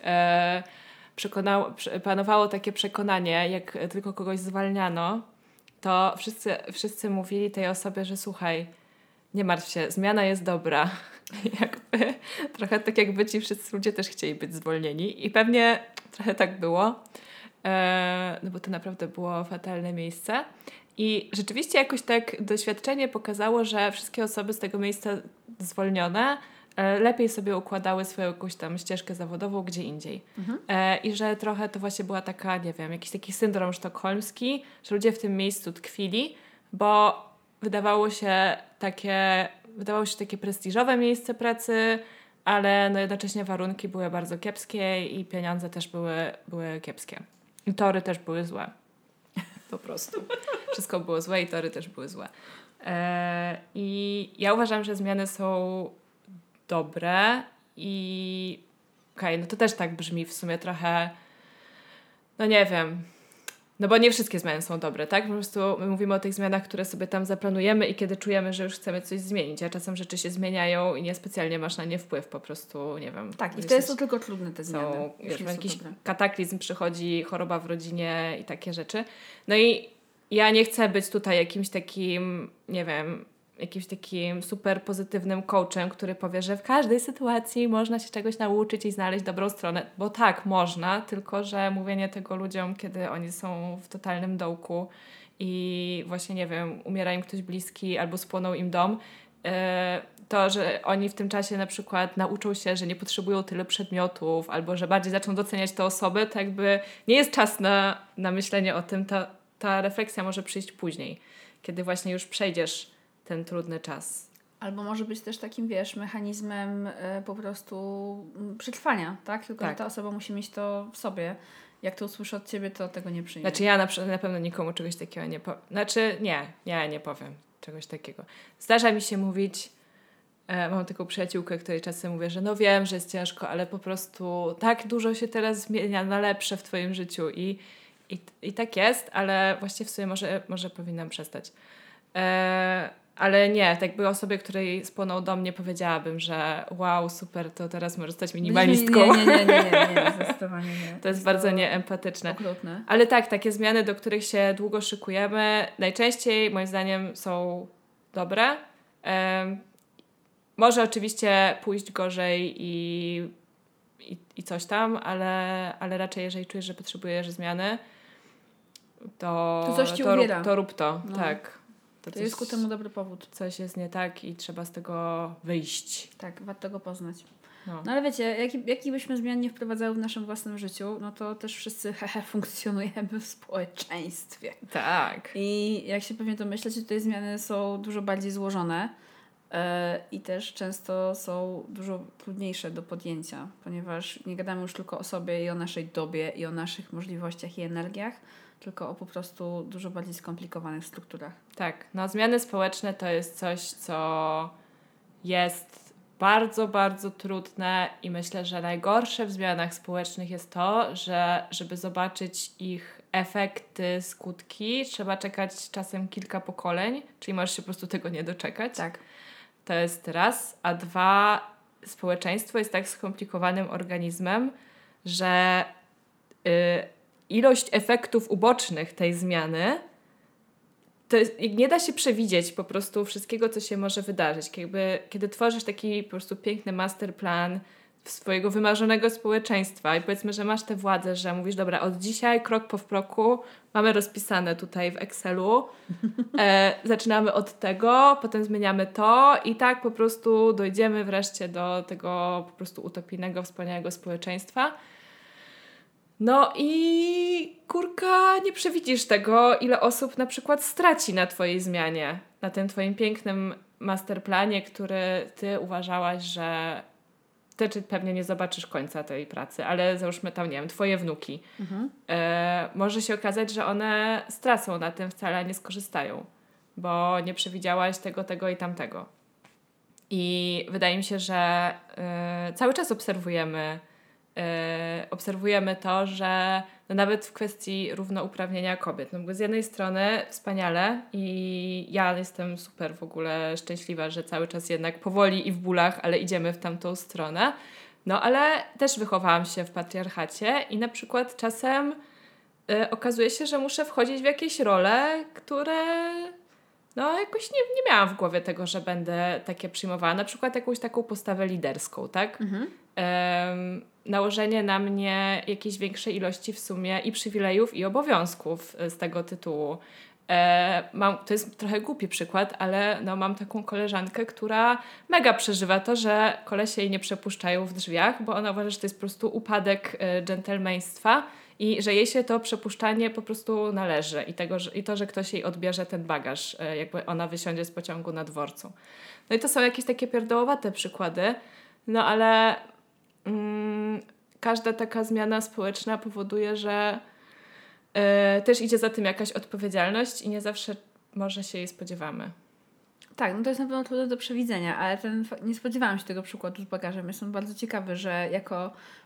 panowało takie przekonanie, jak tylko kogoś zwalniano, to wszyscy mówili tej osobie, że słuchaj, nie martw się, zmiana jest dobra. Jakby, trochę tak jakby ci wszyscy ludzie też chcieli być zwolnieni i pewnie trochę tak było, no bo to naprawdę było fatalne miejsce i rzeczywiście jakoś tak doświadczenie pokazało, że wszystkie osoby z tego miejsca zwolnione lepiej sobie układały swoją jakąś tam ścieżkę zawodową gdzie indziej. I że trochę to właśnie była taka, nie wiem, jakiś taki syndrom sztokholmski, że ludzie w tym miejscu tkwili, bo wydawało się takie prestiżowe miejsce pracy, ale no jednocześnie warunki były bardzo kiepskie i pieniądze też były kiepskie. I tory też były złe. Po prostu. Wszystko było złe i tory też były złe. I ja uważam, że zmiany są dobre i no to też tak brzmi w sumie trochę, no nie wiem, no bo nie wszystkie zmiany są dobre, tak? Po prostu my mówimy o tych zmianach, które sobie tam zaplanujemy i kiedy czujemy, że już chcemy coś zmienić, a czasem rzeczy się zmieniają i niespecjalnie masz na nie wpływ, po prostu, nie wiem. Tak, i wtedy są tylko trudne te zmiany. Wiesz, jakiś kataklizm przychodzi, choroba w rodzinie i takie rzeczy. No i ja nie chcę być tutaj jakimś takim, nie wiem, jakimś takim super pozytywnym coachem, który powie, że w każdej sytuacji można się czegoś nauczyć i znaleźć dobrą stronę, bo tak, można, tylko że mówienie tego ludziom, kiedy oni są w totalnym dołku i właśnie, nie wiem, umiera im ktoś bliski albo spłonął im dom, to, że oni w tym czasie na przykład nauczą się, że nie potrzebują tyle przedmiotów albo że bardziej zaczną doceniać tę osobę, to jakby nie jest czas na myślenie o tym, ta refleksja może przyjść później, kiedy właśnie już przejdziesz ten trudny czas. Albo może być też takim, mechanizmem po prostu przetrwania, tak? Tylko że ta osoba musi mieć to w sobie. Jak to usłyszy od ciebie, to tego nie przyjmie. Znaczy ja na pewno nikomu czegoś takiego nie powiem. Znaczy nie powiem czegoś takiego. Zdarza mi się mówić, mam taką przyjaciółkę, której czasem mówię, że no wiem, że jest ciężko, ale po prostu tak dużo się teraz zmienia na lepsze w twoim życiu i tak jest, ale właściwie w sumie może powinnam przestać. Ale nie, tak by osobie, której spłonął dom, nie powiedziałabym, że wow, super, to teraz możesz stać minimalistką. Nie, zdecydowanie nie. To jest bardzo nieempatyczne. Okrutne. Ale tak, takie zmiany, do których się długo szykujemy, najczęściej moim zdaniem są dobre. Może oczywiście pójść gorzej i coś tam, ale raczej jeżeli czujesz, że potrzebujesz zmiany, to coś ci ubiera. To rób to, tak. To jest ku temu dobry powód. Coś jest nie tak i trzeba z tego wyjść. Tak, warto go poznać. No ale wiecie, jaki byśmy zmian nie wprowadzały w naszym własnym życiu, no to też wszyscy funkcjonujemy w społeczeństwie. Tak. I jak się pewnie domyślacie, tutaj zmiany są dużo bardziej złożone i też często są dużo trudniejsze do podjęcia, ponieważ nie gadamy już tylko o sobie i o naszej dobie i o naszych możliwościach i energiach, tylko o po prostu dużo bardziej skomplikowanych strukturach. Tak, no zmiany społeczne to jest coś, co jest bardzo, bardzo trudne i myślę, że najgorsze w zmianach społecznych jest to, że żeby zobaczyć ich efekty, skutki, trzeba czekać czasem kilka pokoleń, czyli możesz się po prostu tego nie doczekać. Tak. To jest raz, a dwa, społeczeństwo jest tak skomplikowanym organizmem, że ilość efektów ubocznych tej zmiany to jest, nie da się przewidzieć po prostu wszystkiego, co się może wydarzyć. Kiedy tworzysz taki po prostu piękny masterplan swojego wymarzonego społeczeństwa i powiedzmy, że masz tę władzę, że mówisz, dobra, od dzisiaj krok po kroku mamy rozpisane tutaj w Excelu, zaczynamy od tego, potem zmieniamy to i tak po prostu dojdziemy wreszcie do tego po prostu utopijnego, wspaniałego społeczeństwa. No i kurka, nie przewidzisz tego, ile osób na przykład straci na twojej zmianie, na tym twoim pięknym masterplanie, który ty uważałaś, że ty pewnie nie zobaczysz końca tej pracy, ale załóżmy tam, nie wiem, twoje wnuki. Może się okazać, że one stracą na tym, wcale nie skorzystają, bo nie przewidziałaś tego i tamtego. I wydaje mi się, że cały czas obserwujemy to, że no nawet w kwestii równouprawnienia kobiet, no bo z jednej strony wspaniale i ja jestem super w ogóle szczęśliwa, że cały czas jednak powoli i w bólach, ale idziemy w tamtą stronę, no ale też wychowałam się w patriarchacie i na przykład czasem okazuje się, że muszę wchodzić w jakieś role, które no jakoś nie miałam w głowie tego, że będę takie przyjmowała, na przykład jakąś taką postawę liderską, tak? Nałożenie na mnie jakiejś większej ilości w sumie i przywilejów i obowiązków z tego tytułu. To jest trochę głupi przykład, ale no, mam taką koleżankę, która mega przeżywa to, że kolesie jej nie przepuszczają w drzwiach, bo ona uważa, że to jest po prostu upadek dżentelmeństwa i że jej się to przepuszczanie po prostu należy i to, że ktoś jej odbierze ten bagaż, jakby ona wysiądzie z pociągu na dworcu. No i to są jakieś takie pierdołowate przykłady, no ale każda taka zmiana społeczna powoduje, że też idzie za tym jakaś odpowiedzialność i nie zawsze może się jej spodziewamy. Tak, no to jest na pewno trudne do przewidzenia, ale nie spodziewałam się tego przykładu z bagażem. Jestem bardzo ciekawy, że jako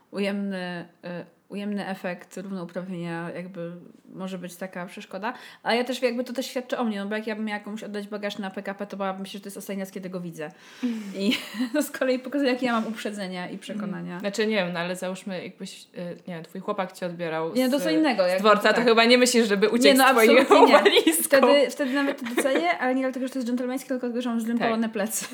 ujemny efekt równouprawnienia jakby może być taka przeszkoda, ale ja też jakby to też świadczy o mnie, no bo jak ja bym miała komuś oddać bagaż na PKP, to bałabym się, że to jest ostatni raz, kiedy go widzę. I to z kolei pokazuje, jakie ja mam uprzedzenia i przekonania. Znaczy nie wiem, no ale załóżmy jakbyś, nie wiem, twój chłopak cię odbierał to co innego, z dworca, tak. To chyba nie myślisz, żeby uciec z twoją walizką. Wtedy nawet to docenię, ale nie dlatego, że to jest dżentelmeńskie, tylko dlatego, że mam zlępolone plecy.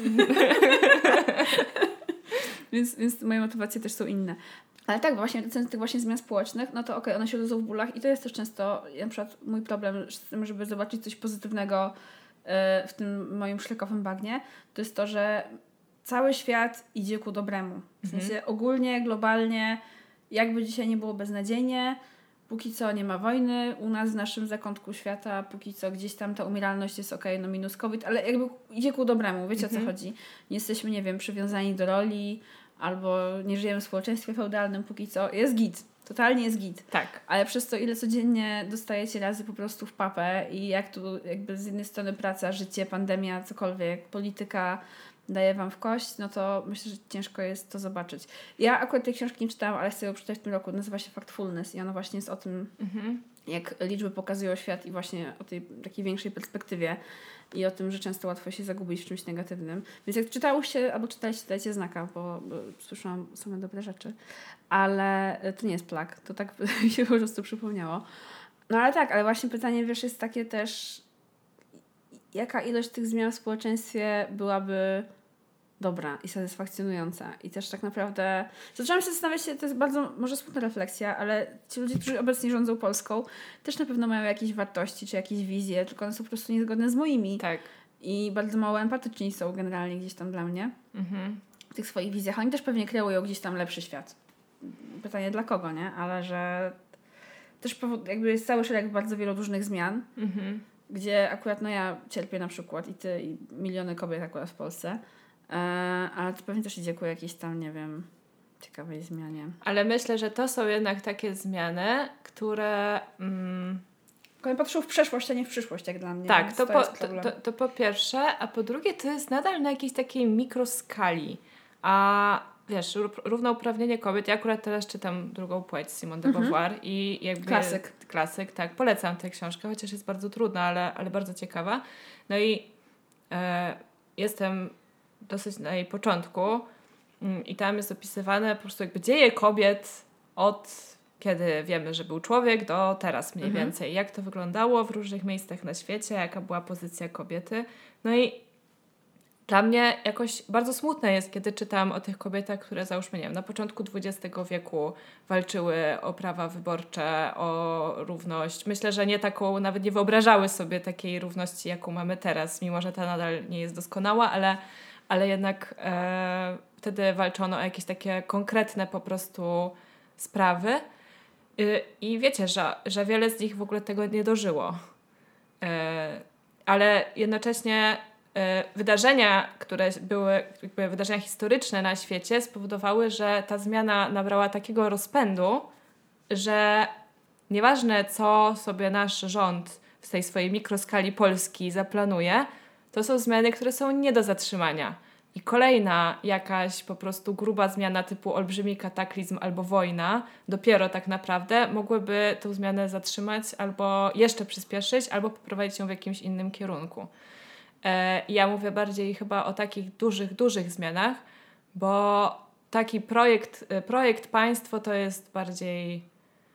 Więc moje motywacje też są inne. Ale tak, właśnie doceniając tych właśnie zmian społecznych, no to okej, one się rodzą w bólach i to jest też często na przykład mój problem z tym, żeby zobaczyć coś pozytywnego w tym moim szlakowym bagnie, to jest to, że cały świat idzie ku dobremu. W sensie ogólnie, globalnie, jakby dzisiaj nie było beznadziejnie, póki co nie ma wojny u nas w naszym zakątku świata, póki co gdzieś tam ta umieralność jest okej, no minus COVID, ale jakby idzie ku dobremu, wiecie o co chodzi. Nie jesteśmy, nie wiem, przywiązani do roli, albo nie żyjemy w społeczeństwie feudalnym póki co. Jest git. Totalnie jest git. Tak. Ale przez to, ile codziennie dostajecie razy po prostu w papę i jak tu jakby z jednej strony praca, życie, pandemia, cokolwiek, polityka daje wam w kość, no to myślę, że ciężko jest to zobaczyć. Ja akurat tej książki nie czytałam, ale chcę ją przeczytać w tym roku. Nazywa się Factfulness i ona właśnie jest o tym, jak liczby pokazują świat i właśnie o tej takiej większej perspektywie i o tym, że często łatwo się zagubić w czymś negatywnym. Więc jak czytałyście albo czytaliście, dajcie znaka, bo słyszałam same dobre rzeczy. Ale to nie jest plak. To tak mi się po prostu przypomniało. No ale tak, ale właśnie pytanie, wiesz, jest takie też, jaka ilość tych zmian w społeczeństwie byłaby dobra i satysfakcjonująca. I też tak naprawdę zaczęłam się zastanawiać, to jest bardzo może smutna refleksja, ale ci ludzie, którzy obecnie rządzą Polską, też na pewno mają jakieś wartości czy jakieś wizje, tylko one są po prostu niezgodne z moimi. Tak. I bardzo mało empatyczni są generalnie gdzieś tam dla mnie w tych swoich wizjach. Oni też pewnie kreują gdzieś tam lepszy świat. Pytanie dla kogo, nie? Ale że też jakby jest cały szereg bardzo wielu różnych zmian, gdzie akurat no ja cierpię na przykład i ty i miliony kobiet akurat w Polsce, ale to pewnie też idzie ku jakiejś tam, nie wiem, ciekawej zmianie. Ale myślę, że to są jednak takie zmiany, które... One patrzą w przeszłość, a nie w przyszłość, jak dla mnie. Tak, to po pierwsze, a po drugie to jest nadal na jakiejś takiej mikroskali. A wiesz, równouprawnienie kobiet, ja akurat teraz czytam Drugą płeć Simone de Beauvoir i jakby... Klasyk, tak. Polecam tę książkę, chociaż jest bardzo trudna, ale bardzo ciekawa. No i jestem dosyć na jej początku i tam jest opisywane po prostu jakby dzieje kobiet od kiedy wiemy, że był człowiek, do teraz mniej więcej. Jak to wyglądało w różnych miejscach na świecie, jaka była pozycja kobiety. No i dla mnie jakoś bardzo smutne jest, kiedy czytam o tych kobietach, które załóżmy, nie wiem, na początku XX wieku walczyły o prawa wyborcze, o równość. Myślę, że nie taką, nawet nie wyobrażały sobie takiej równości, jaką mamy teraz, mimo że ta nadal nie jest doskonała, ale jednak wtedy walczono o jakieś takie konkretne po prostu sprawy. I wiecie, że wiele z nich w ogóle tego nie dożyło. Ale jednocześnie wydarzenia, które były jakby wydarzenia historyczne na świecie, spowodowały, że ta zmiana nabrała takiego rozpędu, że nieważne co sobie nasz rząd w tej swojej mikroskali Polski zaplanuje, to są zmiany, które są nie do zatrzymania. I kolejna jakaś po prostu gruba zmiana typu olbrzymi kataklizm albo wojna dopiero tak naprawdę mogłyby tę zmianę zatrzymać albo jeszcze przyspieszyć, albo poprowadzić ją w jakimś innym kierunku. Ja mówię bardziej chyba o takich dużych zmianach, bo taki projekt państwo to jest bardziej...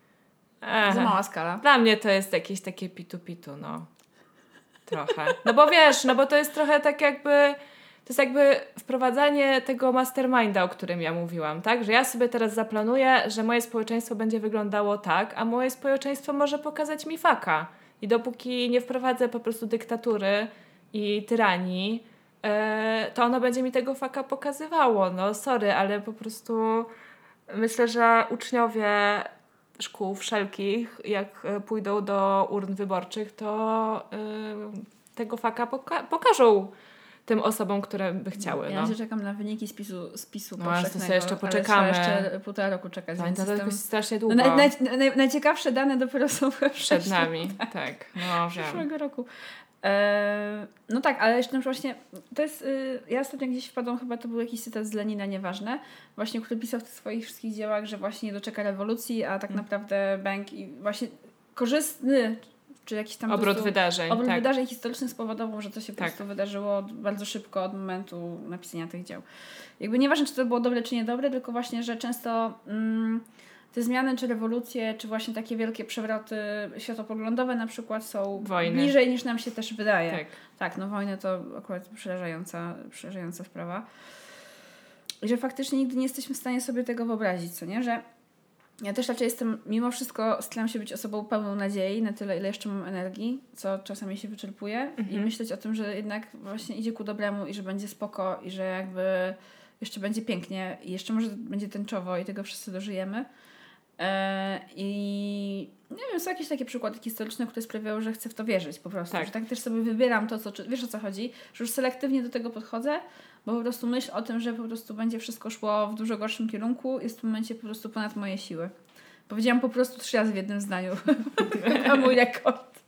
za mała skala. Dla mnie to jest jakieś takie pitu, no. Trochę. No bo wiesz, no bo to jest trochę tak jakby... To jest jakby wprowadzanie tego masterminda, o którym ja mówiłam, tak? Że ja sobie teraz zaplanuję, że moje społeczeństwo będzie wyglądało tak, a moje społeczeństwo może pokazać mi faka. I dopóki nie wprowadzę po prostu dyktatury i tyranii, to ono będzie mi tego faka pokazywało. No sorry, ale po prostu myślę, że uczniowie szkół wszelkich, jak pójdą do urn wyborczych, to tego faka pokażą tym osobom, które by chciały. Ja się czekam na wyniki spisu no, powszechnego. To sobie jeszcze poczekamy. Trzeba jeszcze 1,5 roku czekać. Więc to jest strasznie długo. No, najciekawsze dane dopiero są przed nami. Tak. No, przyszłego roku. No tak, ale jeszcze właśnie to jest, ja ostatnio gdzieś wpadłam, chyba to był jakiś cytat z Lenina, nieważne, właśnie, który pisał w tych swoich wszystkich dziełach, że właśnie nie doczeka rewolucji, a tak naprawdę bęk i właśnie korzystny czy jakiś tam obrót wydarzeń historycznych spowodował, że to się po prostu wydarzyło bardzo szybko od momentu napisania tych dzieł. Jakby nieważne, czy to było dobre, czy niedobre, tylko właśnie, że często te zmiany, czy rewolucje, czy właśnie takie wielkie przewroty światopoglądowe na przykład są bliżej niż nam się też wydaje. Tak, no wojny to akurat przerażająca sprawa. I że faktycznie nigdy nie jesteśmy w stanie sobie tego wyobrazić, co nie? Że ja też raczej jestem, mimo wszystko staram się być osobą pełną nadziei na tyle, ile jeszcze mam energii, co czasami się wyczerpuje i myśleć o tym, że jednak właśnie idzie ku dobremu i że będzie spoko i że jakby jeszcze będzie pięknie i jeszcze może będzie tęczowo i tego wszyscy dożyjemy. I nie wiem, są jakieś takie przykłady historyczne, które sprawiały, że chcę w to wierzyć po prostu. Tak. Że tak też sobie wybieram to, wiesz o co chodzi, że już selektywnie do tego podchodzę, bo po prostu myśl o tym, że po prostu będzie wszystko szło w dużo gorszym kierunku, jest w tym momencie po prostu ponad moje siły. Powiedziałam po prostu 3 razy w jednym zdaniu. Chyba mój rekord.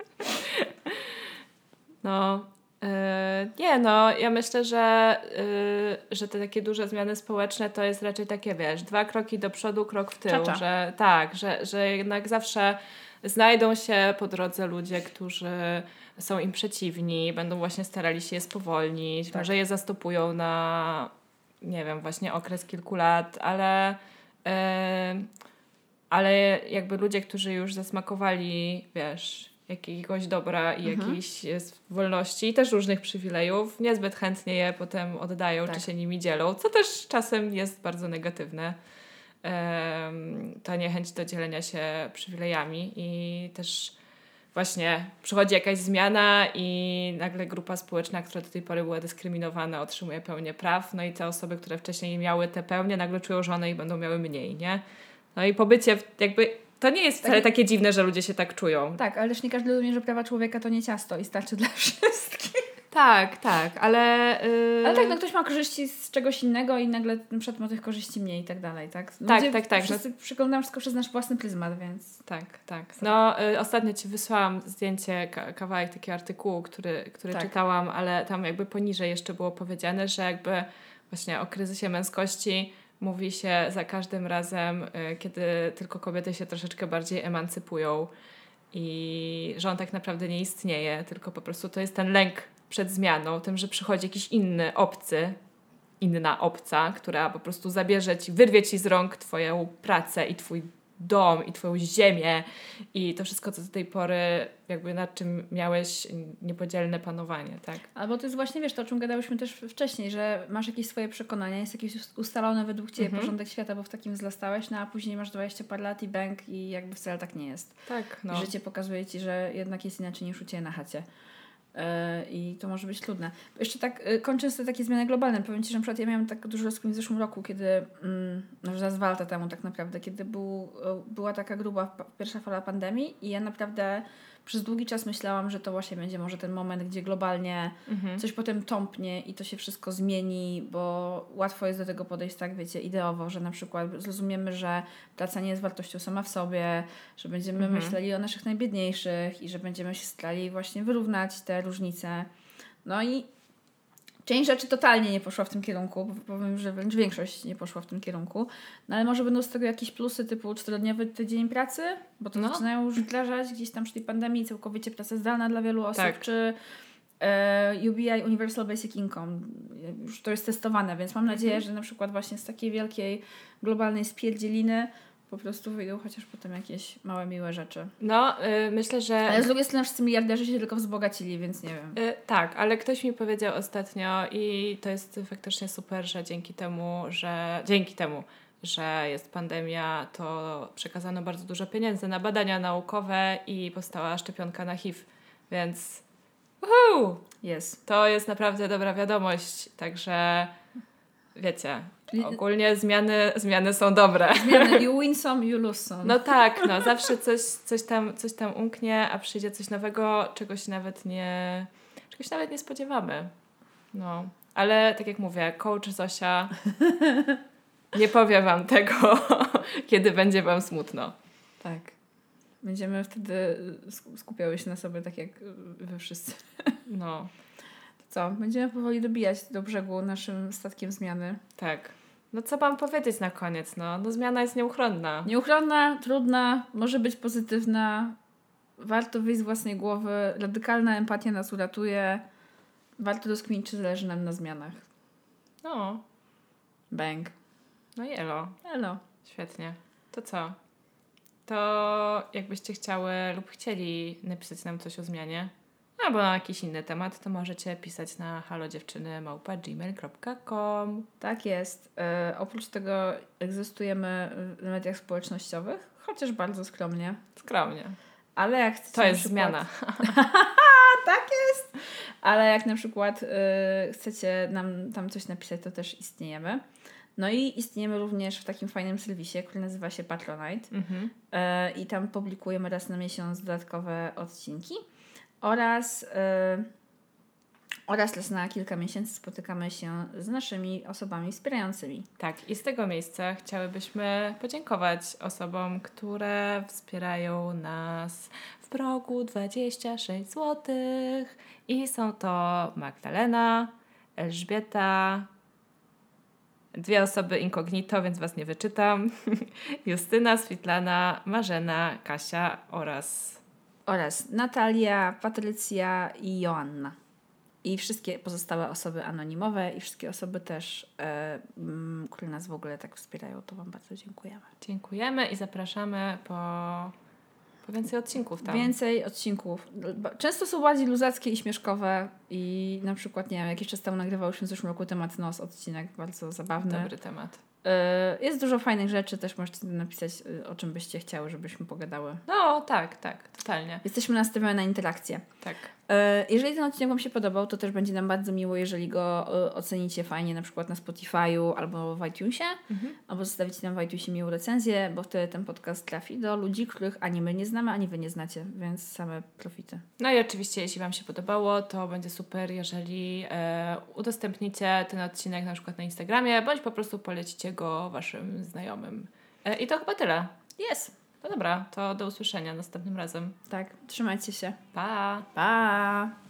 No, ja myślę, że te takie duże zmiany społeczne to jest raczej takie, 2 kroki do przodu, krok w tył. Że jednak zawsze znajdą się po drodze ludzie, którzy są im przeciwni, będą właśnie starali się je spowolnić, może je zastopują na, nie wiem, właśnie okres kilku lat, ale jakby ludzie, którzy już zasmakowali, jakiegoś dobra i jakiejś wolności i też różnych przywilejów, niezbyt chętnie je potem oddają, czy się nimi dzielą, co też czasem jest bardzo negatywne. Ta niechęć do dzielenia się przywilejami i też właśnie przychodzi jakaś zmiana i nagle grupa społeczna, która do tej pory była dyskryminowana, otrzymuje pełnię praw, no i te osoby, które wcześniej miały te pełnie, nagle czują, że one ich będą miały mniej, nie? No i pobycie to nie jest wcale takie dziwne, że ludzie się tak czują. Tak, ale też nie każdy rozumie, że prawa człowieka to nie ciasto i starczy dla wszystkich. Tak, ale... Ale tak, ktoś ma korzyści z czegoś innego i nagle na przykład ma tych korzyści mniej i tak dalej, tak? Tak. Wszyscy przyglądam wszystko przez nasz własny pryzmat, więc... Tak. No, ostatnio Ci wysłałam zdjęcie, kawałek takiego artykułu, który czytałam, ale tam jakby poniżej jeszcze było powiedziane, że jakby właśnie o kryzysie męskości mówi się za każdym razem, kiedy tylko kobiety się troszeczkę bardziej emancypują i że on tak naprawdę nie istnieje, tylko po prostu to jest ten lęk przed zmianą, tym, że przychodzi jakiś inna obca, która po prostu wyrwie ci z rąk twoją pracę i twój dom i twoją ziemię i to wszystko, co do tej pory jakby nad czym miałeś niepodzielne panowanie, tak? Albo to jest właśnie, to o czym gadałyśmy też wcześniej, że masz jakieś swoje przekonania, jest jakiś ustalony według Ciebie porządek świata, bo w takim wzrastałeś, a później masz 20 par lat i bęk i jakby wcale tak nie jest. Tak, no. Życie pokazuje Ci, że jednak jest inaczej niż u Ciebie na chacie. I to może być trudne. Jeszcze tak kończąc te takie zmiany globalne, powiem Ci, że na przykład ja miałam tak dużo rozkmin w zeszłym roku, kiedy już za 2 lata temu tak naprawdę, kiedy była taka gruba pierwsza fala pandemii i ja naprawdę przez długi czas myślałam, że to właśnie będzie może ten moment, gdzie globalnie coś potem tąpnie i to się wszystko zmieni, bo łatwo jest do tego podejść tak, ideowo, że na przykład zrozumiemy, że praca nie jest wartością sama w sobie, że będziemy myśleli o naszych najbiedniejszych i że będziemy się starali właśnie wyrównać te różnice. No i część rzeczy totalnie nie poszła w tym kierunku, powiem, że wręcz większość nie poszła w tym kierunku, no ale może będą z tego jakieś plusy typu 4-dniowy tydzień pracy, bo to zaczynają już wdrażać gdzieś tam przy tej pandemii, całkowicie praca zdalna dla wielu osób, czy UBI, Universal Basic Income, już to jest testowane, więc mam nadzieję, że na przykład właśnie z takiej wielkiej globalnej spierdzieliny po prostu wyjdą chociaż potem jakieś małe, miłe rzeczy. No, myślę, że... Ale z drugiej strony wszyscy miliarderzy się tylko wzbogacili, więc nie wiem. Tak, ale ktoś mi powiedział ostatnio i to jest faktycznie super, że dzięki temu, że jest pandemia, to przekazano bardzo dużo pieniędzy na badania naukowe i powstała szczepionka na HIV, więc to jest naprawdę dobra wiadomość, także wiecie... Ogólnie zmiany są dobre. Zmiany, you win some, you lose some. No tak, zawsze coś tam umknie, a przyjdzie coś nowego, czegoś nawet nie spodziewamy. No, ale tak jak mówię, coach Zosia nie powie wam tego, kiedy będzie wam smutno. Tak. Będziemy wtedy skupiały się na sobie tak jak wy wszyscy. No. Co? Będziemy powoli dobijać do brzegu naszym statkiem zmiany. Tak. No co mam powiedzieć na koniec? No zmiana jest nieuchronna. Nieuchronna, trudna, może być pozytywna. Warto wyjść z własnej głowy. Radykalna empatia nas uratuje. Warto rozkminić, czy zależy nam na zmianach. No. Bang. No i elo. Elo. Świetnie. To co? To jakbyście chciały lub chcieli napisać nam coś o zmianie, albo na jakiś inny temat, to możecie pisać na halodziewczyny@gmail.com. Tak jest. Oprócz tego egzystujemy w mediach społecznościowych, chociaż bardzo skromnie. Skromnie. Ale jak chcecie to jest zmiana. Tak jest! Ale jak na przykład chcecie nam tam coś napisać, to też istniejemy. No i istniejemy również w takim fajnym serwisie, który nazywa się Patronite. I tam publikujemy raz na miesiąc dodatkowe odcinki. Oraz raz na kilka miesięcy spotykamy się z naszymi osobami wspierającymi. Tak, i z tego miejsca chciałybyśmy podziękować osobom, które wspierają nas w progu 26 zł. I są to Magdalena, Elżbieta, 2 osoby incognito, więc Was nie wyczytam, Justyna, Switlana, Marzena, Kasia Oraz Natalia, Patrycja i Joanna. I wszystkie pozostałe osoby anonimowe i wszystkie osoby też, które nas w ogóle tak wspierają, to Wam bardzo dziękujemy. Dziękujemy i zapraszamy po więcej odcinków tam. Więcej odcinków. Często są bardziej luzackie i śmieszkowe i na przykład, nie wiem, jakiś czas temu nagrywałyśmy w zeszłym roku temat nos, odcinek bardzo zabawny. Dobry temat. Jest dużo fajnych rzeczy, też możecie napisać, o czym byście chciały, żebyśmy pogadały. No, tak, totalnie. Jesteśmy nastawione na interakcję. Tak. Jeżeli ten odcinek Wam się podobał, to też będzie nam bardzo miło, jeżeli go ocenicie fajnie, na przykład na Spotify'u albo w iTunesie, albo zostawicie nam w iTunesie miłą recenzję, bo wtedy ten podcast trafi do ludzi, których ani my nie znamy, ani Wy nie znacie, więc same profity. No i oczywiście, jeśli Wam się podobało, to będzie super, jeżeli udostępnicie ten odcinek na przykład na Instagramie, bądź po prostu polecicie go Waszym znajomym. I to chyba tyle. Jest. No dobra, to do usłyszenia następnym razem. Tak, trzymajcie się. Pa! Pa!